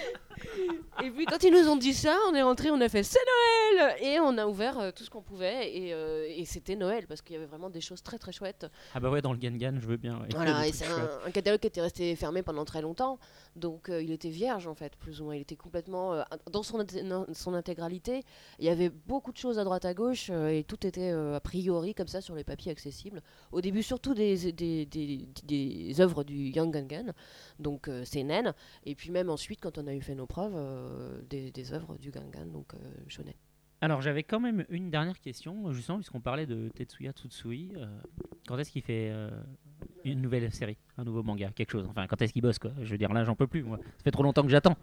Et puis quand ils nous ont dit ça, on est rentré, on a fait c'est Noël et on a ouvert tout ce qu'on pouvait et c'était Noël parce qu'il y avait vraiment des choses très très chouettes. Ah bah ouais, dans le Gangan, je veux bien. Ouais. Voilà, et c'est un catalogue qui était resté fermé pendant très longtemps, donc il était vierge en fait, plus ou moins. Il était complètement dans son intégralité. Il y avait beaucoup de choses à droite à gauche et tout était a priori comme ça sur les papiers accessibles. Au début, surtout des œuvres du Young Gangan, donc Seinen, et puis même ensuite, quand on a eu fait nos preuves, des œuvres du Gangan, donc shonen. Alors j'avais quand même une dernière question, justement, puisqu'on parlait de Tetsuya Tsutsui. Quand est-ce qu'il fait une nouvelle série, un nouveau manga, quelque chose? Enfin, quand est-ce qu'il bosse, quoi? Je veux dire, là, j'en peux plus, moi. Ça fait trop longtemps que j'attends.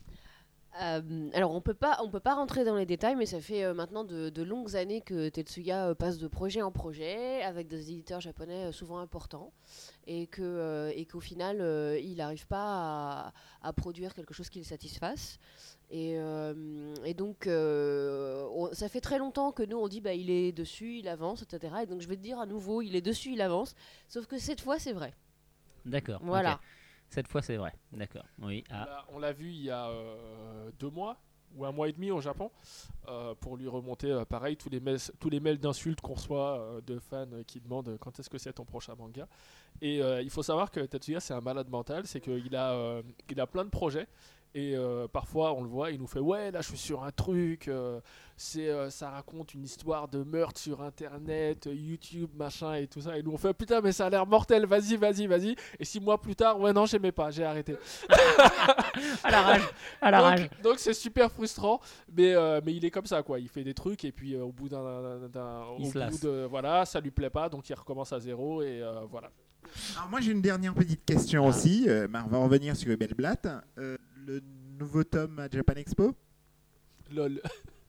Alors on peut pas rentrer dans les détails, mais ça fait maintenant de longues années que Tetsuya passe de projet en projet avec des éditeurs japonais souvent importants et qu'au final il n'arrive pas à produire quelque chose qui le satisfasse. Et donc ça fait très longtemps que nous on dit il est dessus, il avance, etc. Et donc je vais te dire à nouveau, il est dessus, il avance, sauf que cette fois c'est vrai. D'accord. Voilà. Okay. Cette fois, c'est vrai. D'accord. Oui. Ah. On l'a vu il y a 2 mois ou 1 mois et demi au Japon pour lui remonter pareil tous les mails d'insultes qu'on reçoit de fans qui demandent quand est-ce que c'est ton prochain manga. Et il faut savoir que Tetsuya c'est un malade mental, c'est qu'il a plein de projets. Et parfois on le voit, il nous fait ouais là je suis sur un truc, ça raconte une histoire de meurtre sur internet, YouTube machin et tout ça, et nous on fait putain mais ça a l'air mortel, vas-y. Et 6 mois plus tard, ouais non j'aimais pas, j'ai arrêté. à la rage. Donc c'est super frustrant, mais il est comme ça quoi, il fait des trucs et puis au bout voilà ça lui plaît pas, donc il recommence à zéro et voilà. Alors moi j'ai une dernière petite question aussi, on va revenir sur Hubelblatt. Le nouveau tome à Japan Expo? Lol.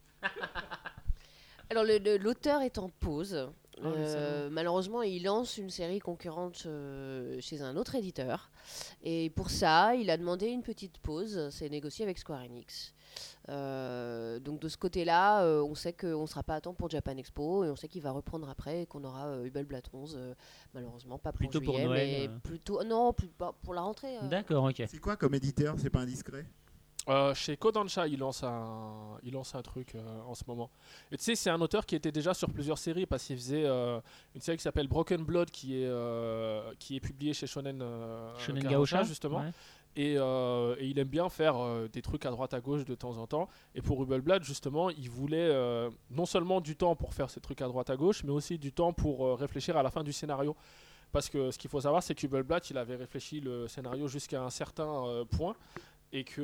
Alors l'auteur est en pause. Malheureusement, il lance une série concurrente chez un autre éditeur. Et pour ça, il a demandé une petite pause. C'est négocié avec Square Enix. Donc de ce côté-là, on sait qu'on ne sera pas à temps pour Japan Expo. Et on sait qu'il va reprendre après et qu'on aura Hubelblatt 11. Malheureusement, pas pour plutôt juillet, pour Noël, mais plutôt... Non, pour la rentrée. D'accord, ok. C'est quoi comme éditeur? C'est pas indiscret? Chez Kodansha, il lance un truc en ce moment. Et tu sais, c'est un auteur qui était déjà sur plusieurs séries parce qu'il faisait une série qui s'appelle Broken Blood qui est publiée chez Shonen Gaosha justement. Ouais. Et il aime bien faire des trucs à droite à gauche de temps en temps. Et pour Hubelblatt, justement, il voulait non seulement du temps pour faire ces trucs à droite à gauche, mais aussi du temps pour réfléchir à la fin du scénario. Parce que ce qu'il faut savoir, c'est qu'Hubelblatt, il avait réfléchi le scénario jusqu'à un certain point. Et que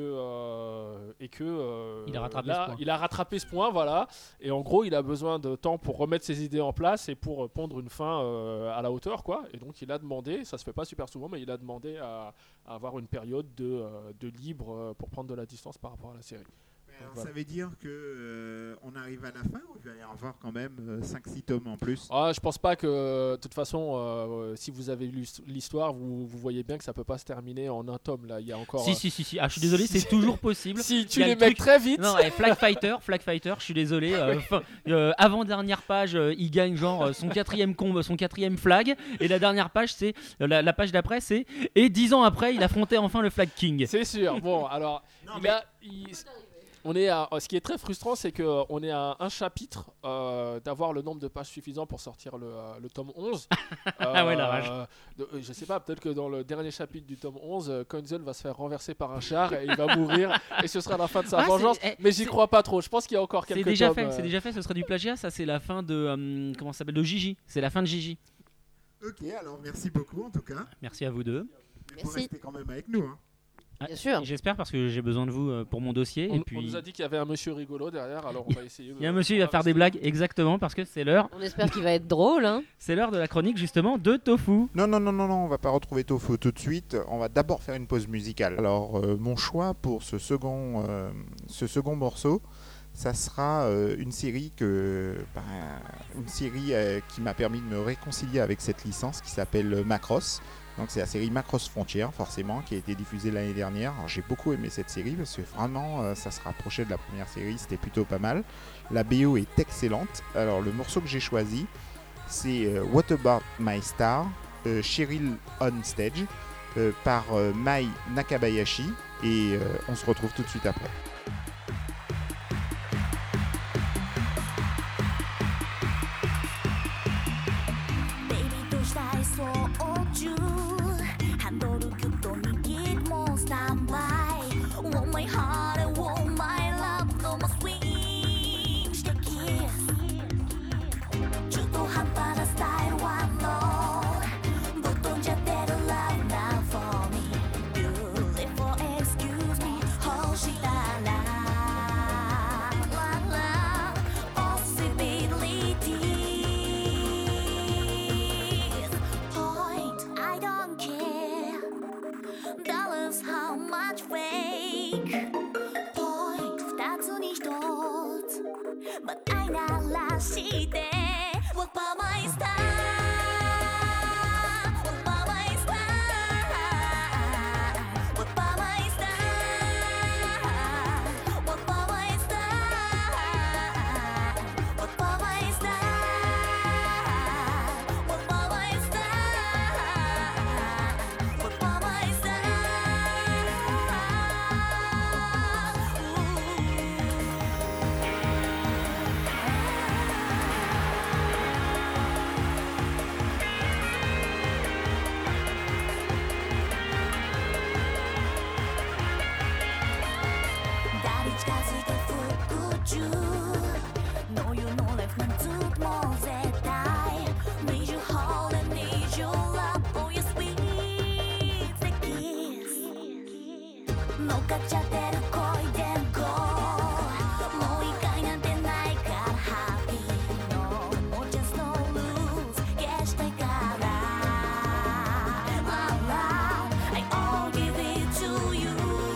il a rattrapé ce point, voilà. Et en gros, il a besoin de temps pour remettre ses idées en place et pour pondre une fin à la hauteur, quoi. Et donc, il a demandé, ça se fait pas super souvent, mais il a demandé à avoir une période de libre pour prendre de la distance par rapport à la série. Alors, voilà. Ça veut dire qu'on arrive à la fin ou il va y avoir quand même 5-6 tomes en plus? Je pense pas que, de toute façon, si vous avez lu l'histoire, vous voyez bien que ça peut pas se terminer en un tome. Là, il y a encore. Si. Ah, je suis désolé, c'est toujours possible. Si tu les mets très vite. Non, Flag Fighter, je suis désolé. Avant dernière page, il gagne genre son quatrième flag, et la dernière page, c'est la page d'après, c'est et 10 ans après, il affrontait enfin le Flag King. C'est sûr. Bon, alors On est à, ce qui est très frustrant, c'est qu'on est à un chapitre d'avoir le nombre de pages suffisant pour sortir le tome 11. Ah ouais, la rage. Je sais pas, peut-être que dans le dernier chapitre du tome 11, Koinzel va se faire renverser par un char et il va mourir et ce sera la fin de sa vengeance. Mais j'y crois pas trop. Je pense qu'il y a encore quelques C'est tomes. c'est déjà fait, ce serait du plagiat. Ça, c'est la fin de. Comment ça s'appelle, de Gigi. C'est la fin de Gigi. Ok, alors merci beaucoup en tout cas. Merci à vous deux. Mais vous Merci. restez quand même avec nous. Hein. Bien sûr. J'espère parce que j'ai besoin de vous pour mon dossier. Et On puis... nous a dit qu'il y avait un monsieur rigolo derrière, alors on va essayer. Il y a un monsieur, il va faire des blagues, exactement, parce que c'est l'heure. On espère qu'il va être drôle. Hein. C'est l'heure de la chronique justement de Tofu. Non, on va pas retrouver Tofu tout de suite. On va d'abord faire une pause musicale. Alors, mon choix pour ce second morceau, ça sera une série qui m'a permis de me réconcilier avec cette licence qui s'appelle Macross. Donc c'est la série Macross Frontier, forcément, qui a été diffusée l'année dernière. Alors, j'ai beaucoup aimé cette série parce que vraiment, ça se rapprochait de la première série, c'était plutôt pas mal. La BO est excellente. Alors le morceau que j'ai choisi, c'est What About My Star, Cheryl on Stage, par Mai Nakabayashi. Et on se retrouve tout de suite après. ハンドルギュッと握りもうスタンバイ Want my heart and want my love No more swing してキス中途半端なスタイルは No ぶっ飛んじゃってる Love now for me Beautiful excuse me 欲したら Dollars how much fake Point 二つに一つまたいならして What about my star What about my star What about my star What about my star What about my star What about my star What about my star 달이近づいて復中 No you know life なんつっても絶対 Need you hold and need your love Oh you sweet kiss 乗っかっちゃってる恋で Go もう一回なんてないから Happy No more just no rules 消したいから My love I all give it to you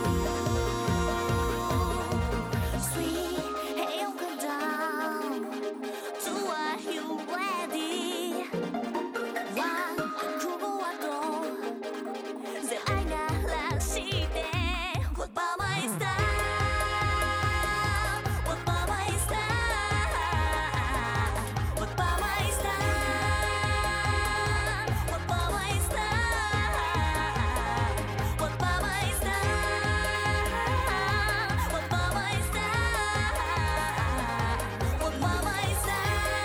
Sweet, hey, come down. So are you ready? One, 久保はどう？ぜ愛ならして。What about my star? What about my star? What about my star? What about my star? What about my star? What about my star? What about my star?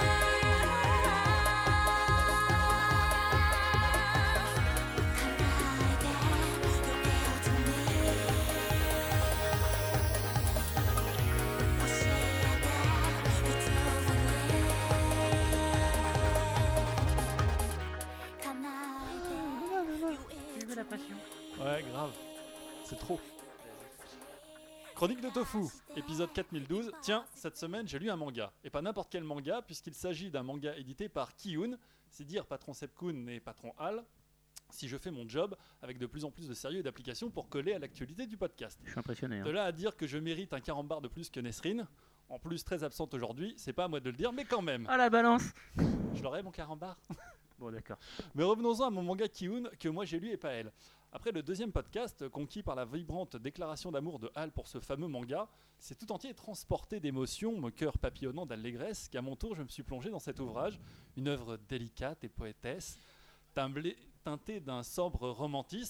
Ouais, grave. C'est trop. Chronique de Tofu, épisode 4012. Tiens, cette semaine, j'ai lu un manga. Et pas n'importe quel manga, puisqu'il s'agit d'un manga édité par Kiun. C'est dire patron Sepkun et patron Al. Si je fais mon job avec de plus en plus de sérieux et d'application pour coller à l'actualité du podcast. Je suis impressionné. De là à dire que je mérite un carambar de plus que Nesrine, en plus très absente aujourd'hui, c'est pas à moi de le dire, mais quand même. Ah la balance. Je l'aurai mon carambar. Bon d'accord. Mais revenons-en à mon manga Kiun que moi j'ai lu et pas elle. Après le deuxième podcast, conquis par la vibrante déclaration d'amour de Hal pour ce fameux manga, c'est tout entier transporté d'émotions, mon cœur papillonnant d'allégresse, qu'à mon tour je me suis plongé dans cet ouvrage, une œuvre délicate et poétesse, teintée d'un sobre romantisme.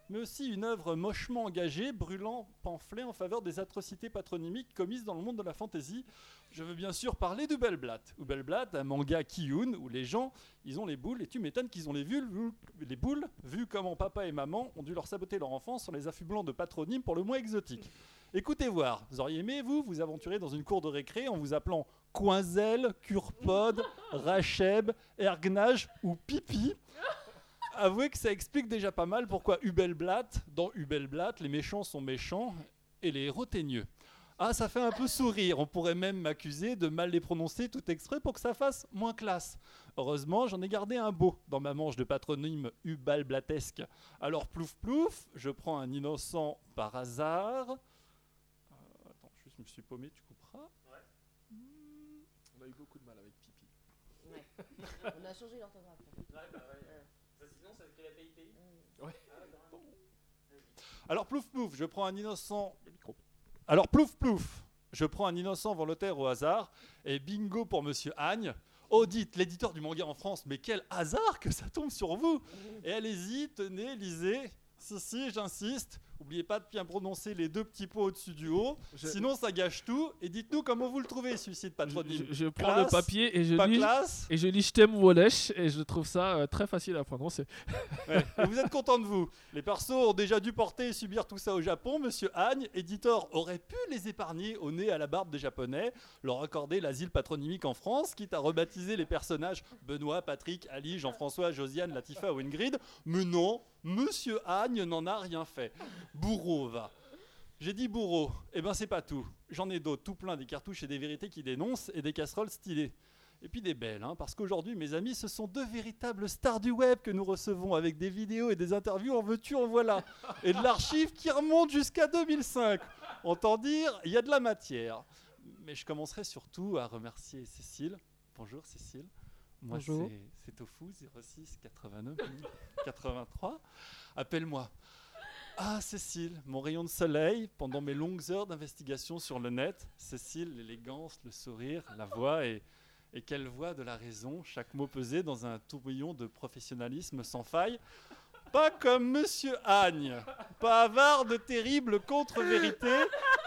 mais aussi une œuvre mochement engagée, brûlant pamphlet en faveur des atrocités patronymiques commises dans le monde de la fantasy. Je veux bien sûr parler d'Ubelblatt. Ubelblatt, un manga Kiyun où les gens, ils ont les boules, et tu m'étonnes qu'ils ont les boules, vu comment papa et maman ont dû leur saboter leur enfance sur les affublants de patronymes pour le moins exotiques. Écoutez voir, vous auriez aimé, vous aventurer dans une cour de récré en vous appelant Coinzel, Curpod, Racheb, Ergnage ou Pipi. Avouez que ça explique déjà pas mal pourquoi Ubelblatt, dans Ubelblatt, les méchants sont méchants et les héros teigneux. Ah, ça fait un peu sourire, on pourrait même m'accuser de mal les prononcer tout exprès pour que ça fasse moins classe. Heureusement, j'en ai gardé un beau dans ma manche de patronyme Ubelblattesque. Alors plouf plouf, je prends un innocent par hasard. Attends, juste je me suis paumé, tu couperas. On a eu beaucoup de mal avec Pipi. Ouais. On a changé l'orthographe. Sinon, ça écrit la PIPI. Ouais. Alors plouf plouf, je prends un innocent. Alors plouf plouf, je prends un innocent volontaire au hasard et bingo pour Monsieur Agne. Oh dites, l'éditeur du manga en France, mais quel hasard que ça tombe sur vous. Et allez-y, tenez, lisez. Si, j'insiste. N'oubliez pas de bien prononcer les deux petits pots au-dessus du haut, sinon ça gâche tout. Et dites-nous comment vous le trouvez, celui-ci de patronyme. Je prends le papier et je pas lis. classe. Et je lis Stem Wolesh et je trouve ça très facile à prononcer. Ouais. Et vous êtes content de vous. Les persos ont déjà dû porter et subir tout ça au Japon. Monsieur Agne, éditeur, aurait pu les épargner au nez à la barbe des Japonais, leur accorder l'asile patronymique en France, quitte à rebaptiser les personnages Benoît, Patrick, Ali, Jean-François, Josiane, Latifa ou Ingrid. Mais non, Monsieur Agne n'en a rien fait. Bourreau va. J'ai dit bourreau, eh ben c'est pas tout. J'en ai d'autres, tout plein, des cartouches et des vérités qui dénoncent et des casseroles stylées. Et puis des belles, parce qu'aujourd'hui, mes amis, ce sont deux véritables stars du web que nous recevons avec des vidéos et des interviews en veux-tu, en voilà. Et de l'archive qui remonte jusqu'à 2005. Autant dire, il y a de la matière. Mais je commencerai surtout à remercier Cécile. Bonjour Cécile. Moi, Bonjour. c'est Tofu, 06 89 83. Appelle-moi. Ah, Cécile, mon rayon de soleil pendant mes longues heures d'investigation sur le net. Cécile, l'élégance, le sourire, la voix et quelle voix de la raison, chaque mot pesé dans un tourbillon de professionnalisme sans faille. Pas comme Monsieur Agne, pas avare de terribles contre-vérités.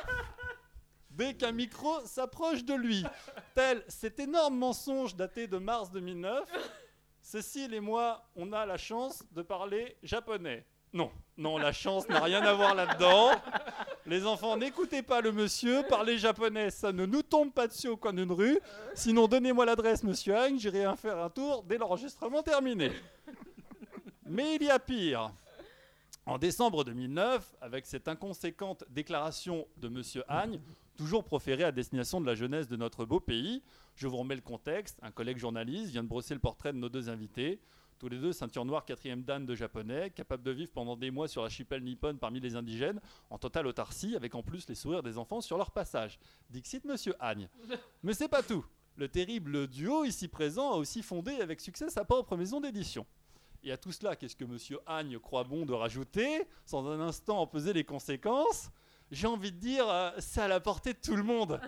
Dès qu'un micro s'approche de lui, tel cet énorme mensonge daté de mars 2009, Cécile et moi, on a la chance de parler japonais. Non, la chance n'a rien à voir là-dedans. Les enfants, n'écoutez pas le monsieur, parlez japonais, ça ne nous tombe pas dessus au coin d'une rue. Sinon, donnez-moi l'adresse, monsieur Hang, j'irai en faire un tour dès l'enregistrement terminé. Mais il y a pire. En décembre 2009, avec cette inconséquente déclaration de monsieur Agne, toujours proférée à destination de la jeunesse de notre beau pays, je vous remets le contexte. Un collègue journaliste vient de brosser le portrait de nos deux invités. Tous les deux ceinture noire 4e dan de japonais, capables de vivre pendant des mois sur l'archipel nippon parmi les indigènes, en totale autarcie, avec en plus les sourires des enfants sur leur passage. Dixit monsieur Agne. Mais c'est pas tout. Le terrible duo ici présent a aussi fondé avec succès sa propre maison d'édition. Et à tout cela, qu'est-ce que monsieur Agne croit bon de rajouter, sans un instant en peser les conséquences? J'ai envie de dire, c'est à la portée de tout le monde.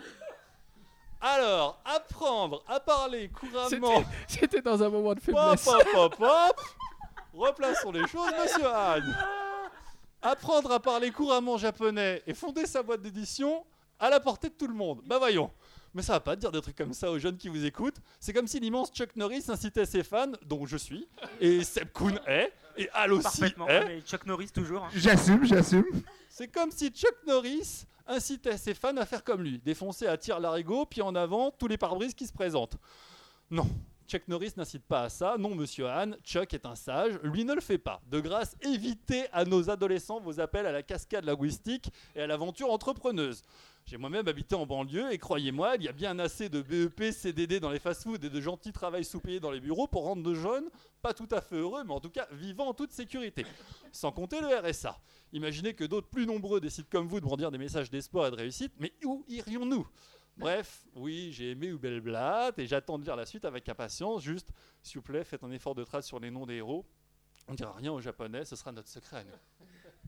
Alors, apprendre à parler couramment... C'était dans un moment de faiblesse. Hop. Replaçons les choses, monsieur Agne. Apprendre à parler couramment japonais et fonder sa boîte d'édition à la portée de tout le monde. Bah voyons. Mais ça va pas de dire des trucs comme ça aux jeunes qui vous écoutent. C'est comme si l'immense Chuck Norris incitait ses fans, dont je suis, et Seb Kuhn est, et Al aussi Parfaitement, est. mais Chuck Norris toujours. J'assume. C'est comme si Chuck Norris incitait ses fans à faire comme lui, défoncer à tir larigot, puis en avant tous les pare-brises qui se présentent. Non, Chuck Norris n'incite pas à ça. Non, monsieur Han, Chuck est un sage, lui ne le fait pas. De grâce, évitez à nos adolescents vos appels à la cascade linguistique et à l'aventure entrepreneuse. J'ai moi-même habité en banlieue et croyez-moi, il y a bien assez de BEP, CDD dans les fast-foods et de gentils travails sous-payés dans les bureaux pour rendre de jeunes pas tout à fait heureux, mais en tout cas vivants en toute sécurité. Sans compter le RSA. Imaginez que d'autres plus nombreux décident comme vous de brandir des messages d'espoir et de réussite, mais où irions-nous ? Bref, oui, j'ai aimé Ubelblatt et j'attends de lire la suite avec impatience. Juste, s'il vous plaît, faites un effort de trace sur les noms des héros. On ne dira rien aux japonais, ce sera notre secret à nous.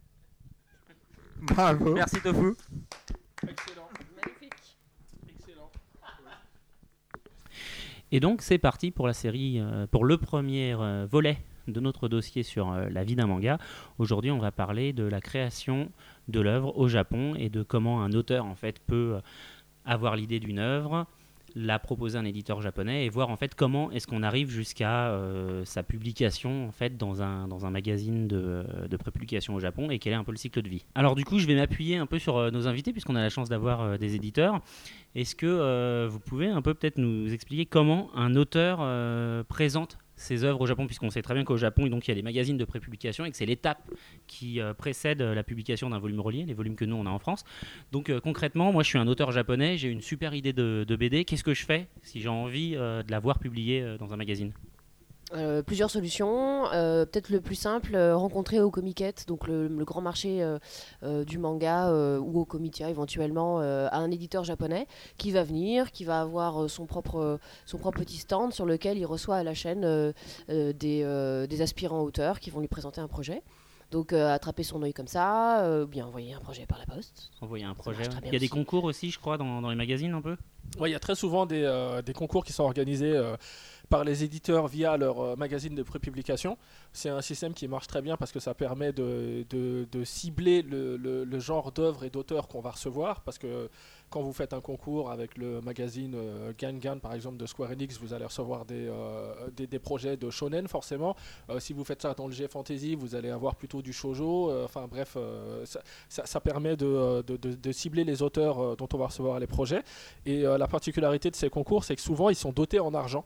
Bravo. Merci Tofu. Excellent. Magnifique. Excellent. Et donc c'est parti pour la série, pour le premier volet de notre dossier sur la vie d'un manga. Aujourd'hui, on va parler de la création de l'œuvre au Japon et de comment un auteur en fait peut avoir l'idée d'une œuvre, la proposer à un éditeur japonais et voir en fait comment est-ce qu'on arrive jusqu'à sa publication en fait dans un magazine de prépublication au Japon et quel est un peu le cycle de vie. Alors du coup je vais m'appuyer un peu sur nos invités puisqu'on a la chance d'avoir des éditeurs. Est-ce que vous pouvez un peu peut-être nous expliquer comment un auteur présente ses œuvres au Japon, puisqu'on sait très bien qu'au Japon, donc, il y a les magazines de prépublication et que c'est l'étape qui précède la publication d'un volume relié, les volumes que nous on a en France. Donc concrètement, moi je suis un auteur japonais, j'ai une super idée de BD, qu'est-ce que je fais si j'ai envie de la voir publiée dans un magazine ? Plusieurs solutions. Peut-être le plus simple, rencontrer au Comiket, donc le grand marché du manga, ou au Comitia éventuellement, à un éditeur japonais qui va venir, qui va avoir son propre petit stand sur lequel il reçoit à la chaîne des aspirants auteurs qui vont lui présenter un projet. Donc attraper son œil comme ça, ou bien envoyer un projet par la poste. Envoyer un projet. marche très bien Il y a des aussi. concours aussi, je crois, dans les magazines un peu. Ouais, il y a très souvent des concours qui sont organisés par les éditeurs via leur magazine de prépublication. C'est un système qui marche très bien parce que ça permet de cibler le genre d'œuvres et d'auteurs qu'on va recevoir. Parce que quand vous faites un concours avec le magazine Gangan, par exemple, de Square Enix, vous allez recevoir des projets de shonen, forcément. Si vous faites ça dans le G-Fantasy, vous allez avoir plutôt du shoujo. Enfin bref, ça permet de cibler les auteurs dont on va recevoir les projets. Et la particularité de ces concours, c'est que souvent, ils sont dotés en argent.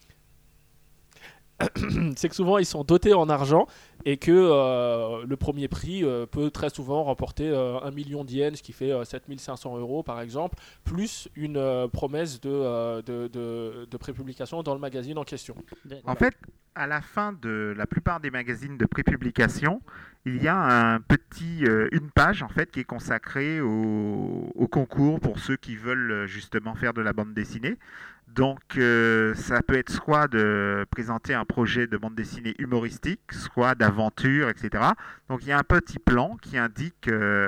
Et que le premier prix peut très souvent remporter 1 million d'yens, ce qui fait 7500 € par exemple, plus une promesse de prépublication dans le magazine en question. En fait, à la fin de la plupart des magazines de prépublication, il y a une page en fait qui est consacrée au concours pour ceux qui veulent justement faire de la bande dessinée. Donc ça peut être soit de présenter un projet de bande dessinée humoristique, soit d'aventure, etc. Donc il y a un petit plan qui indique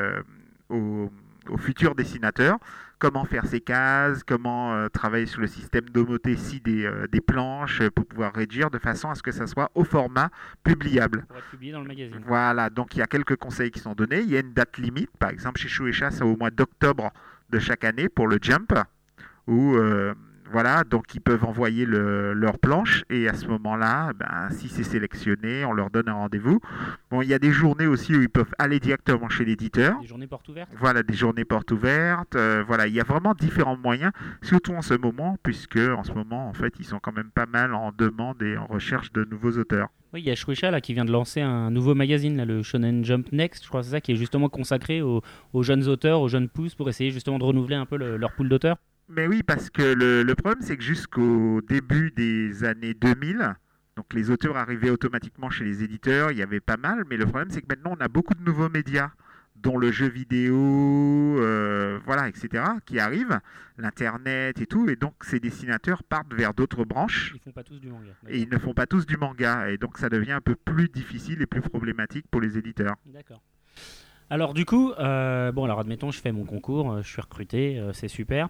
aux futurs dessinateurs comment faire ses cases, comment travailler sur le système d'homothétie des planches pour pouvoir rédigir de façon à ce que ça soit au format publiable. Pour être publié dans le magazine. Voilà, donc il y a quelques conseils qui sont donnés. Il y a une date limite, par exemple chez Shueisha, c'est au mois d'octobre de chaque année pour le Jump, où voilà, donc ils peuvent envoyer leur planche et à ce moment-là, si c'est sélectionné, on leur donne un rendez-vous. Bon, il y a des journées aussi où ils peuvent aller directement chez l'éditeur. Des journées portes ouvertes. Voilà, des journées portes ouvertes. Voilà, il y a vraiment différents moyens, surtout en ce moment, puisque en ce moment, en fait, ils sont quand même pas mal en demande et en recherche de nouveaux auteurs. Oui, il y a Shueisha là, qui vient de lancer un nouveau magazine, là, le Shonen Jump Next, je crois que c'est ça, qui est justement consacré aux jeunes auteurs, aux jeunes pousses, pour essayer justement de renouveler un peu leur pool d'auteurs. Mais oui, parce que le problème, c'est que jusqu'au début des années 2000, donc les auteurs arrivaient automatiquement chez les éditeurs, il y avait pas mal, mais le problème, c'est que maintenant, on a beaucoup de nouveaux médias, dont le jeu vidéo, voilà, etc., qui arrivent, l'Internet et tout, et donc ces dessinateurs partent vers d'autres branches. Ils font pas tous du manga. Et ils ne font pas tous du manga, et donc ça devient un peu plus difficile et plus problématique pour les éditeurs. D'accord. Alors du coup, alors admettons, je fais mon concours, je suis recruté, c'est super.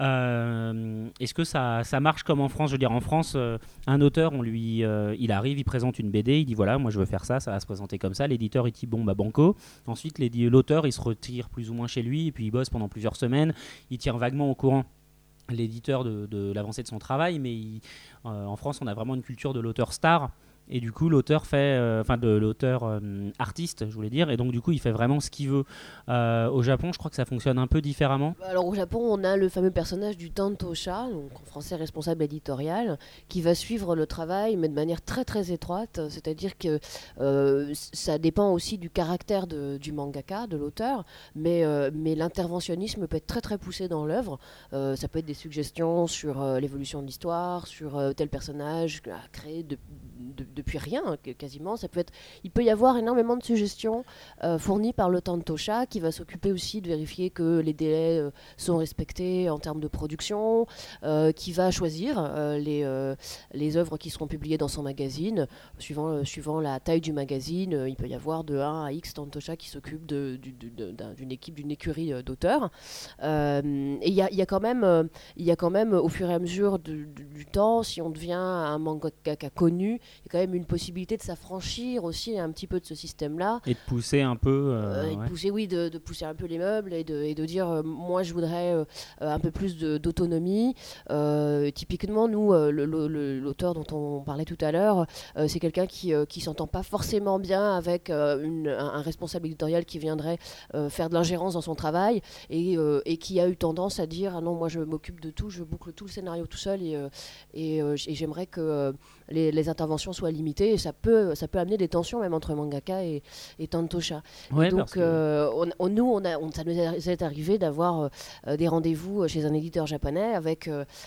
Est-ce que ça marche comme en France ? Je veux dire, en France, un auteur, il arrive, il présente une BD, il dit voilà, moi je veux faire ça, ça va se présenter comme ça. L'éditeur, il dit bon, banco. Ensuite, l'auteur, il se retire plus ou moins chez lui, et puis il bosse pendant plusieurs semaines, il tient vaguement au courant l'éditeur de l'avancée de son travail, mais en France, on a vraiment une culture de l'auteur star. Et du coup, l'auteur de l'auteur artiste, je voulais dire, et donc du coup, il fait vraiment ce qu'il veut. Au Japon, je crois que ça fonctionne un peu différemment. Alors au Japon, on a le fameux personnage du Tantosha, donc en français responsable éditorial, qui va suivre le travail, mais de manière très très étroite. C'est-à-dire que ça dépend aussi du caractère du mangaka, de l'auteur, mais l'interventionnisme peut être très très poussé dans l'œuvre. Ça peut être des suggestions sur l'évolution de l'histoire, sur tel personnage créé depuis rien, quasiment. Il peut y avoir énormément de suggestions fournies par le Tantosha, qui va s'occuper aussi de vérifier que les délais sont respectés en termes de production, qui va choisir les œuvres qui seront publiées dans son magazine. Suivant la taille du magazine, il peut y avoir de 1 à X Tantosha qui s'occupe d'une écurie d'auteurs. Et il y a quand même, au fur et à mesure du temps, si on devient un mangaka connu, il y a quand même une possibilité de s'affranchir aussi un petit peu de ce système-là. Et de pousser un peu. Et de Ouais. pousser, oui, de pousser un peu les meubles et de dire moi je voudrais un peu plus d'autonomie. Typiquement, nous, l'auteur dont on parlait tout à l'heure, c'est quelqu'un qui s'entend pas forcément bien avec un responsable éditorial qui viendrait faire de l'ingérence dans son travail et qui a eu tendance à dire ah non, moi je m'occupe de tout, je boucle tout le scénario tout seul et j'aimerais que les interventions soient limitées et ça peut amener des tensions même entre mangaka et Tantosha. Ouais, Donc, parce que- ça nous est arrivé d'avoir des rendez-vous chez un éditeur japonais avec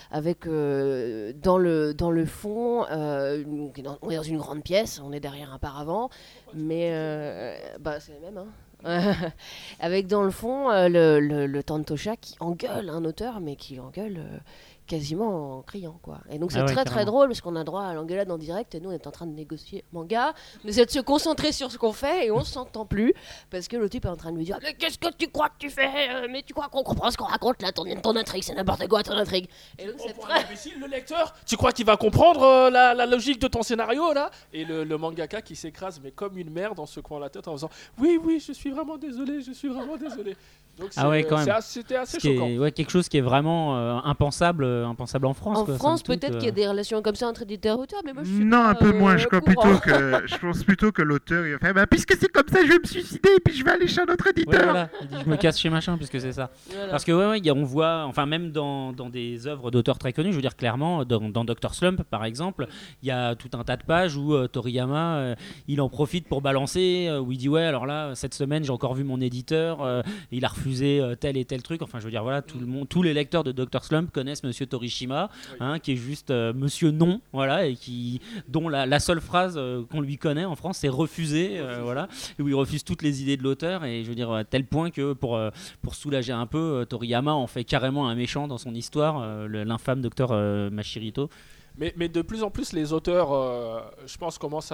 dans le fond, on est dans une grande pièce, on est derrière un paravent, mais c'est le même. Avec dans le fond le Tantosha qui engueule un auteur, mais qui engueule quasiment en criant, quoi. Et donc c'est Ah ouais, très carrément. drôle parce qu'on a droit à l'engueulade en direct et nous on est en train de négocier manga, on essaie de se concentrer sur ce qu'on fait et on s'entend plus parce que le type est en train de lui dire mais qu'est-ce que tu crois que tu fais, mais tu crois qu'on comprend ce qu'on raconte là, ton intrigue c'est n'importe quoi ton intrigue. Et donc c'est Pour très un imbécile, le lecteur, tu crois qu'il va comprendre la logique de ton scénario là? Et le mangaka qui s'écrase mais comme une merde en secouant la tête en faisant oui je suis vraiment désolé. Donc Ah ouais, quand même. c'était assez Ce qui choquant. est quelque chose qui est vraiment impensable en France. en quoi, France somme toute, peut-être qu'il y a des relations comme ça entre éditeurs et auteurs, mais moi je suis Non, pas, un peu moins. Je courant. pense plutôt que l'auteur il va faire bah, puisque c'est comme ça, je vais me suicider et puis je vais aller chez un autre Ouais, éditeur. voilà. Il dit je me casse chez machin puisque c'est ça. Voilà. Parce que on voit, enfin même dans des œuvres d'auteurs très connus, je veux dire clairement, dans Dr Slump par exemple, il y a tout un tas de pages où Toriyama, il en profite pour balancer, où il dit ouais alors là cette semaine j'ai encore vu mon éditeur, il a refusé tel et tel truc. Enfin je veux dire voilà, tout le monde, tous les lecteurs de Dr Slump connaissent Monsieur Torishima, qui est juste Monsieur Non, voilà, et dont la seule phrase qu'on lui connaît en France c'est refuser, voilà, et où il refuse toutes les idées de l'auteur et je veux dire à tel point que pour soulager un peu, Toriyama en fait carrément un méchant dans son histoire, l'infâme docteur Mashirito. Mais de plus en plus, les auteurs, je pense, commencent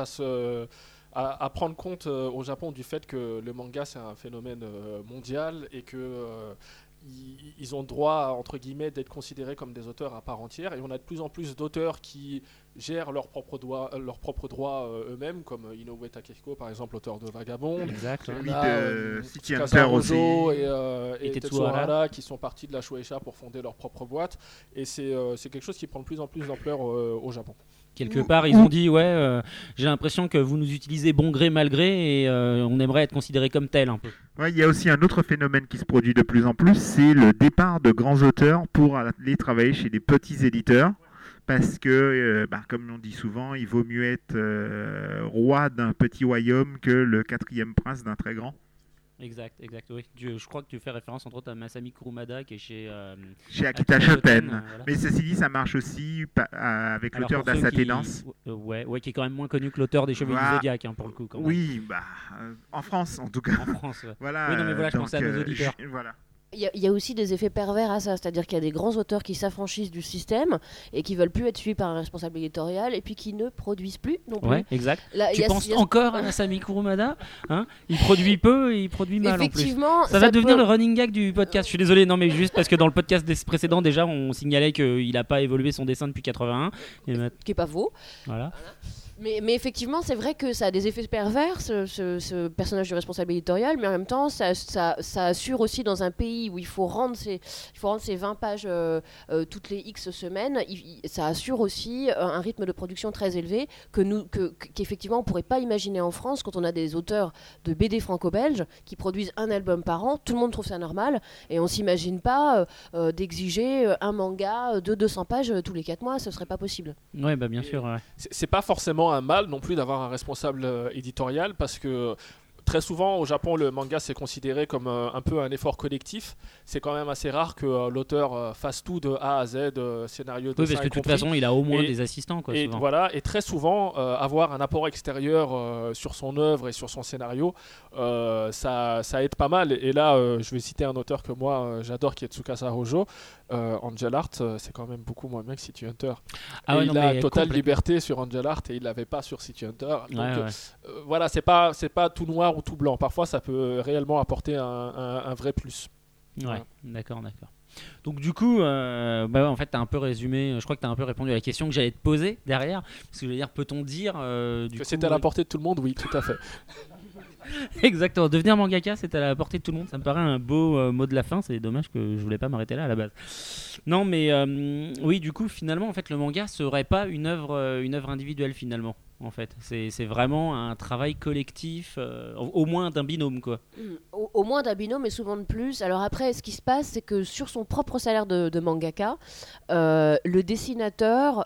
à prendre compte au Japon du fait que le manga c'est un phénomène mondial et que ils ont droit entre guillemets d'être considérés comme des auteurs à part entière, et on a de plus en plus d'auteurs qui gèrent leurs propres droits eux-mêmes, comme Inoue Takehiko par exemple, auteur de Vagabond. Exact. Oui, On a, de City Tsukasa Hunter aussi. Hojo et Et Tetsuo Hara qui sont partis de la Shueisha pour fonder leur propre boîte, et c'est quelque chose qui prend de plus en plus d'ampleur au Japon. Quelque part, ils ont dit j'ai l'impression que vous nous utilisez bon gré mal gré et on aimerait être considéré comme tel un peu. Ouais, il y a aussi un autre phénomène qui se produit de plus en plus, c'est le départ de grands auteurs pour aller travailler chez des petits éditeurs. Parce que, comme on dit souvent, il vaut mieux être roi d'un petit royaume que le 4e prince d'un très grand. Exact, oui. Je crois que tu fais référence entre autres à Masami Kurumada qui est chez Chez Akita Shoten. voilà. Mais ceci dit, ça marche aussi avec Alors, l'auteur pour ceux d'Asatenance. qui est quand même moins connu que l'auteur des Cheveux Voilà. du Zodiac pour le coup. Quand même. Oui, en France en tout cas. En France. Ouais. Voilà, Oui, non, mais voilà, je pensais à nos auditeurs. Voilà. Il y a aussi des effets pervers à ça, c'est-à-dire qu'il y a des grands auteurs qui s'affranchissent du système et qui veulent plus être suivis par un responsable éditorial et puis qui ne produisent plus non plus. Ouais, exact. Là, Tu penses encore à Masami Kurumada, il produit peu et il produit mal en plus. Effectivement, Ça va devenir peut- le running gag du podcast. Je suis désolé, non mais juste parce que dans le podcast précédent déjà on signalait qu'il n'a pas évolué son dessin depuis 81. Et qui est pas faux. voilà. Mais effectivement, c'est vrai que ça a des effets pervers, ce personnage de responsable éditorial, mais en même temps, ça assure aussi dans un pays où il faut rendre ces 20 pages toutes les X semaines, ça assure aussi un rythme de production très élevé qu'effectivement on ne pourrait pas imaginer en France quand on a des auteurs de BD franco-belges qui produisent un album par an. Tout le monde trouve ça normal et on ne s'imagine pas d'exiger un manga de 200 pages tous les 4 mois, ce ne serait pas possible. Ouais, bah bien sûr. Ouais. C'est pas forcément un mal non plus d'avoir un responsable éditorial, parce que très souvent au Japon le manga c'est considéré comme un peu un effort collectif. C'est quand même assez rare que l'auteur fasse tout de A à Z, scénario, Oui, dessin parce que de toute compris. façon il a au moins Et- des assistants quoi. Et Souvent. voilà, et très souvent avoir un apport extérieur sur son œuvre et sur son scénario, ça aide pas mal. Et là, je vais citer un auteur que moi j'adore, qui est Tsukasa Hojo. Angel Art, c'est quand même beaucoup moins bien que City Hunter. Ah Et ouais, il non, a mais totale complètement. liberté sur Angel Art et il l'avait pas sur City Hunter. Donc, Ouais, ouais. voilà, c'est pas tout noir ou tout blanc. Parfois, ça peut réellement apporter un vrai plus. Ouais, Voilà. d'accord. Donc du coup, en fait, t'as un peu résumé. Je crois que t'as un peu répondu à la question que j'allais te poser derrière. Parce que je veux dire, peut-on dire Que c'est à la portée de tout le monde, oui, tout à fait. Exactement, devenir mangaka, c'est à la portée de tout le monde. Ça me paraît un beau mot de la fin. C'est dommage que je voulais pas m'arrêter là à la base. Non, mais oui, du coup, finalement, en fait, le manga serait pas une œuvre individuelle finalement. En fait, c'est vraiment un travail collectif, au moins d'un binôme, quoi. Au moins d'un binôme et souvent de plus. Alors après, ce qui se passe, c'est que sur son propre salaire de mangaka, le dessinateur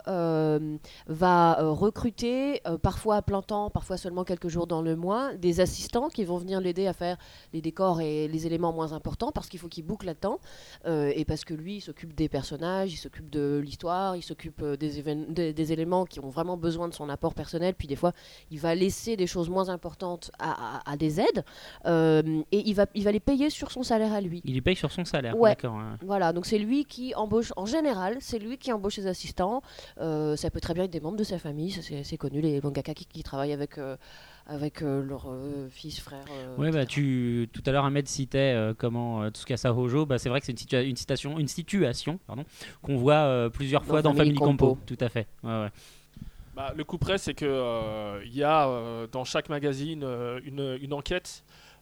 va recruter, parfois à plein temps, parfois seulement quelques jours dans le mois, des assistants qui vont venir l'aider à faire les décors et les éléments moins importants, parce qu'il faut qu'il boucle là-dedans, et parce que lui, il s'occupe des personnages, il s'occupe de l'histoire, il s'occupe des éléments qui ont vraiment besoin de son apport personnel, puis des fois, il va laisser des choses moins importantes à des aides, et il va les payer sur son salaire à lui. Il les paye sur son salaire, Ouais. d'accord. Hein. Voilà, donc c'est lui qui embauche, en général, c'est lui qui embauche ses assistants. Ça peut très bien être des membres de sa famille, ça, c'est connu, les mangaka qui travaillent avec leurs fils, frères. Ouais, etc. tout à l'heure, Ahmed citait comment Tsukasa Hojo. C'est vrai que c'est une situation qu'on voit plusieurs fois dans Family Compo. Tout à fait. Ouais. Le coup près, c'est que y a dans chaque magazine une enquête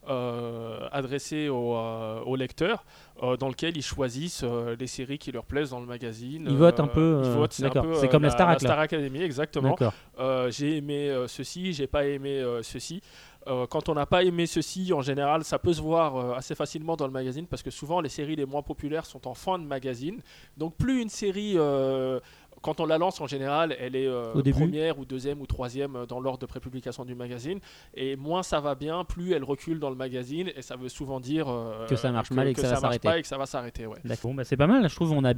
adressée aux lecteurs, dans lequel ils choisissent les séries qui leur plaisent dans le magazine. Ils votent un peu. Ils votent, d'accord. un peu, C'est comme la Starac, Star Academy, exactement. D'accord. J'ai aimé ceci, j'ai pas aimé ceci. Quand on n'a pas aimé ceci, en général, ça peut se voir assez facilement dans le magazine, parce que souvent les séries les moins populaires sont en fin de magazine. Donc plus une série, quand on la lance, en général, elle est première ou deuxième ou troisième dans l'ordre de prépublication du magazine. Et moins ça va bien, plus elle recule dans le magazine, et ça veut souvent dire que ça marche mal et que ça va s'arrêter. Pas et que ça va s'arrêter. Ouais. D'accord. C'est pas mal. Je trouve on a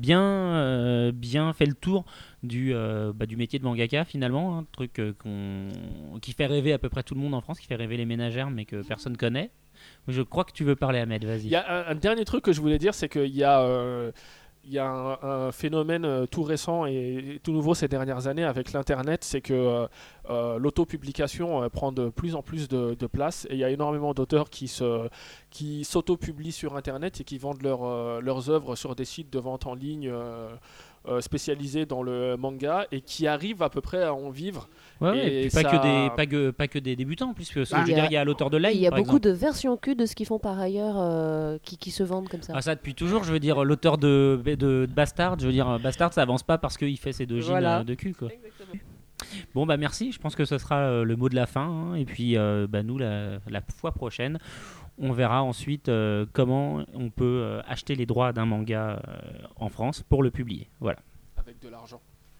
bien fait le tour du métier de mangaka finalement, un truc qui fait rêver à peu près tout le monde en France, qui fait rêver les ménagères, mais que personne connaît. Je crois que tu veux parler, Ahmed. Vas-y. Il y a un dernier truc que je voulais dire, c'est qu'il y a un phénomène tout récent et tout nouveau ces dernières années avec l'Internet, c'est que l'autopublication prend de plus en plus de place, et il y a énormément d'auteurs qui s'autopublient sur Internet et qui vendent leurs œuvres sur des sites de vente en ligne spécialisés dans le manga, et qui arrivent à peu près à en vivre. Et puis pas que des débutants, puisque il y a l'auteur de Light. Il y a par beaucoup exemple. de versions Q de ce qu'ils font par ailleurs qui se vendent comme ça. Ah, ça depuis toujours, je veux dire, l'auteur de Bastard, je veux dire, Bastard ça avance pas parce qu'il fait ses deux jeans de cul, quoi. Exactement. Bon, merci, je pense que ce sera le mot de la fin, hein. Et puis nous, la fois prochaine, on verra ensuite comment on peut acheter les droits d'un manga en France pour le publier. Voilà. Avec de l'argent.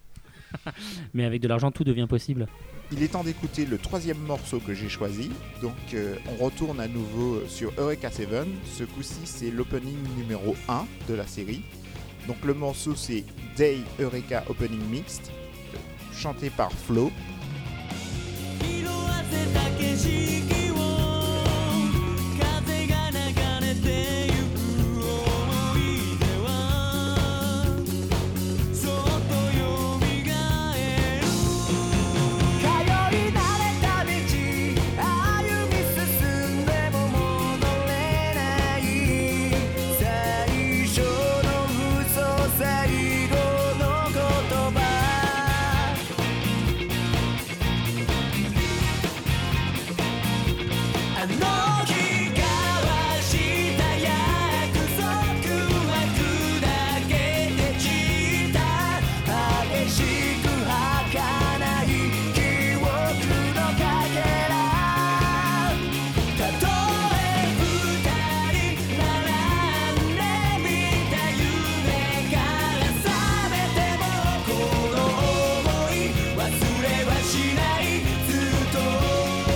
Mais avec de l'argent, tout devient possible. Il est temps d'écouter le troisième morceau que j'ai choisi. Donc on retourne à nouveau sur Eureka 7. Ce coup-ci, c'est l'opening numéro 1 de la série. Donc le morceau, c'est Day Eureka Opening Mixed, chanté par Flo. 色あせた景色を風が流れてゆく思い出はそっとよみがえる通い慣れた道歩み進んでも戻れない最初の嘘最後の言葉あの日交わした約束は砕けて散った激しく儚い記憶のかけらたとえ二人並んで見た夢から覚めてもこの想い忘れはしないずっと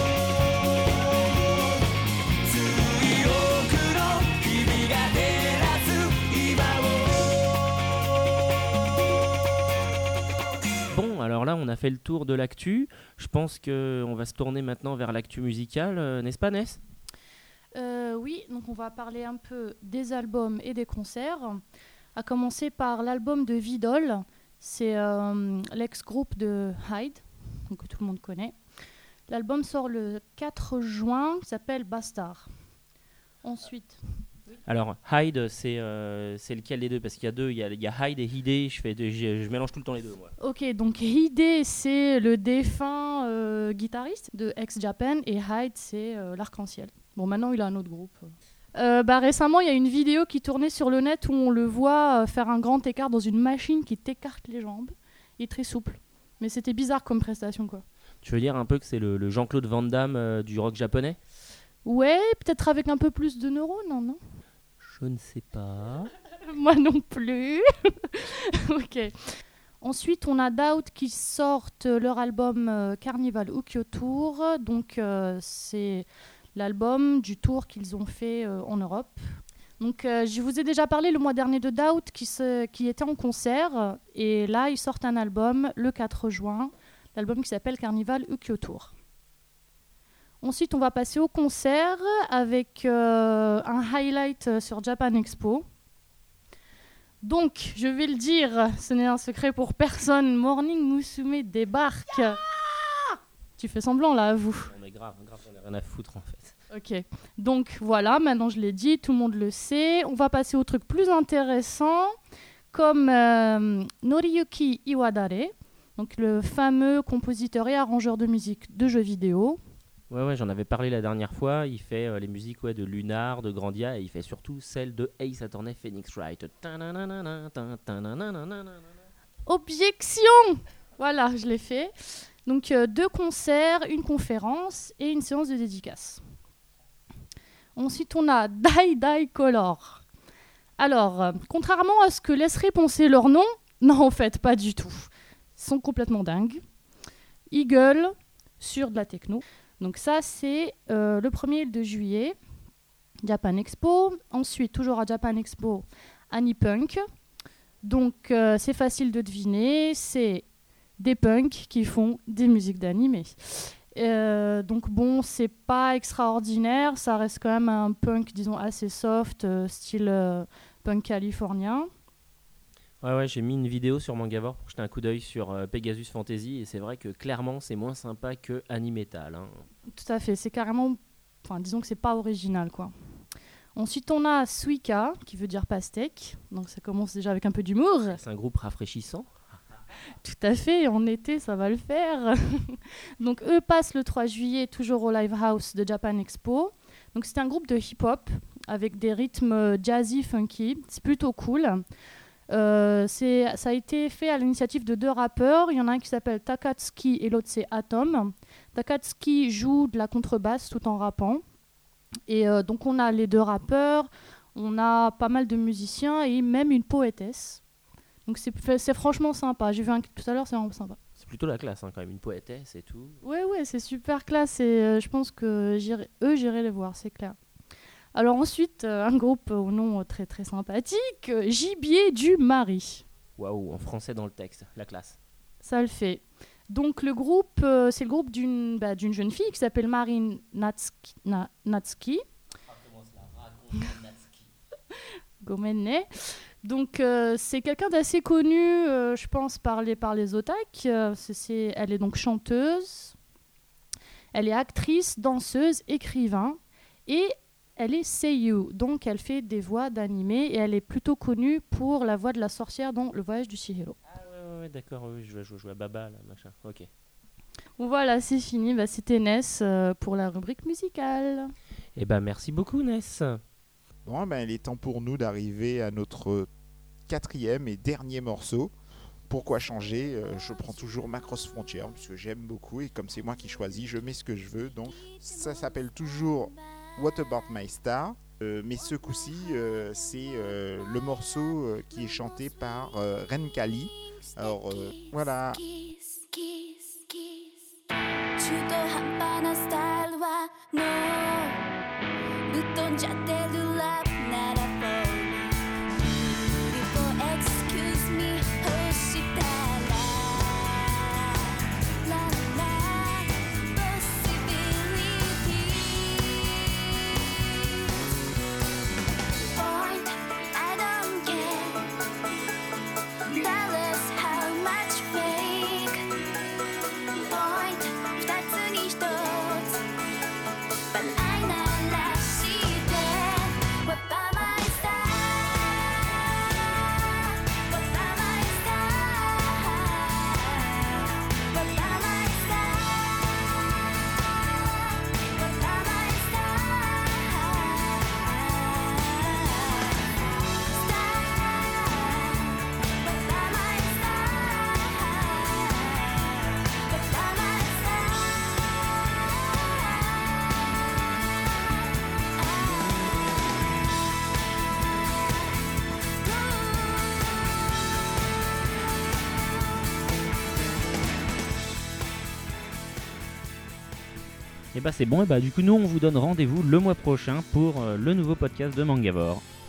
Bon, alors là, on a fait le tour de l'actu. Je pense qu'on va se tourner maintenant vers l'actu musicale, n'est-ce pas, Ness ? Oui, donc on va parler un peu des albums et des concerts. À commencer par l'album de Vidol. C'est l'ex-groupe de Hyde, donc que tout le monde connaît. L'album sort le 4 juin, il s'appelle Bastard. Ensuite, Alors, Hyde, c'est lequel des deux? Parce qu'il y a deux, il y a Hyde et Hide, je mélange tout le temps les deux, moi. Ok, donc Hide, c'est le défunt guitariste de ex-Japan, et Hyde, c'est l'arc-en-ciel. Bon, maintenant, il a un autre groupe. Récemment, il y a une vidéo qui tournait sur le net où on le voit faire un grand écart dans une machine qui t'écarte les jambes. Il est très souple. Mais c'était bizarre comme prestation, quoi. Tu veux dire un peu que c'est le Jean-Claude Van Damme du rock japonais? Ouais, peut-être avec un peu plus de neurones, non? Je ne sais pas. Moi non plus. Ok. Ensuite, on a Doubt qui sortent leur album Carnival Ukiyo Tour. Donc, c'est l'album du tour qu'ils ont fait en Europe. Donc, je vous ai déjà parlé le mois dernier de Doubt qui était en concert. Et là, ils sortent un album le 4 juin. L'album qui s'appelle Carnival Ukiyo Tour. Ensuite, on va passer au concert avec un highlight sur Japan Expo. Donc, je vais le dire, ce n'est un secret pour personne. Morning Musume débarque. Tu fais semblant là, à vous. Non mais grave, on n'a rien à foutre en fait. Ok, donc voilà, maintenant je l'ai dit, tout le monde le sait. On va passer au truc plus intéressant, comme Noriyuki Iwadare, donc le fameux compositeur et arrangeur de musique de jeux vidéo. Ouais, j'en avais parlé la dernière fois. Il fait les musiques de Lunar, de Grandia, et il fait surtout celle de Ace Attorney Phoenix Wright. Objection! Voilà, je l'ai fait. Donc 2 concerts, une conférence et une séance de dédicace. Ensuite, on a Dai Color. Alors, contrairement à ce que laisserait penser leur nom, non, en fait, pas du tout. Ils sont complètement dingues. Eagle, sur de la techno. Donc ça, c'est le 1er et le 2 juillet, Japan Expo. Ensuite, toujours à Japan Expo, Anipunk. Donc, c'est facile de deviner, c'est des punks qui font des musiques d'animé. Donc bon, c'est pas extraordinaire, ça reste quand même un punk, disons, assez soft, style punk californien. Ouais, j'ai mis une vidéo sur Mangavore pour jeter un coup d'œil sur Pegasus Fantasy, et c'est vrai que clairement, c'est moins sympa que Animetal. Hein. Tout à fait, c'est carrément... Enfin, disons que c'est pas original, quoi. Ensuite, on a Suika, qui veut dire pastèque, donc ça commence déjà avec un peu d'humour. C'est un groupe rafraîchissant. Tout à fait, en été, ça va le faire. Donc, eux passent le 3 juillet, toujours au Live House de Japan Expo. Donc, c'est un groupe de hip-hop avec des rythmes jazzy, funky. C'est plutôt cool. Ça a été fait à l'initiative de 2 rappeurs. Il y en a un qui s'appelle Takatsuki et l'autre, c'est Atom. Takatsuki joue de la contrebasse tout en rappant. Et donc, on a les 2 rappeurs, on a pas mal de musiciens et même une poétesse. Donc c'est franchement sympa. J'ai vu un clip tout à l'heure, c'est vraiment sympa. C'est plutôt la classe, hein, quand même, une poétesse et tout. Ouais, c'est super classe et je pense que j'irai les voir, c'est clair. Alors ensuite, un groupe au nom très très sympathique, Gibier du Mari. Waouh, en français dans le texte, la classe. Ça le fait. Donc le groupe, c'est le groupe d'une jeune fille qui s'appelle Marine Natsuki. Comment se la raconte, Natsuki. Gomenne. Donc c'est quelqu'un d'assez connu, je pense, par les otak. Elle est donc chanteuse, elle est actrice, danseuse, écrivain et elle est seiyuu, donc elle fait des voix d'animé et elle est plutôt connue pour la voix de la sorcière dans Le Voyage du Chihiro. Ah ouais, d'accord, oui, je vois Baba là, machin, ok. Voilà, c'est fini, c'était Ness pour la rubrique musicale. Eh ben merci beaucoup Ness. Bon, il est temps pour nous d'arriver à notre 4e et dernier morceau. Pourquoi changer? Je prends toujours Macross Frontier puisque j'aime beaucoup et comme c'est moi qui choisis, je mets ce que je veux. Donc ça s'appelle toujours What About My Star, mais ce coup-ci c'est le morceau qui est chanté par Renkali. Alors voilà. 中途半端なスタイルはもうぶっ飛んじゃってるラップなら Beautiful excuse me 欲したら La la la possibility Point I don't care Dollars how much fake Point 二つに一つ笑いならして Et bah c'est bon, et bah du coup nous on vous donne rendez-vous le mois prochain pour le nouveau podcast de Mangavore.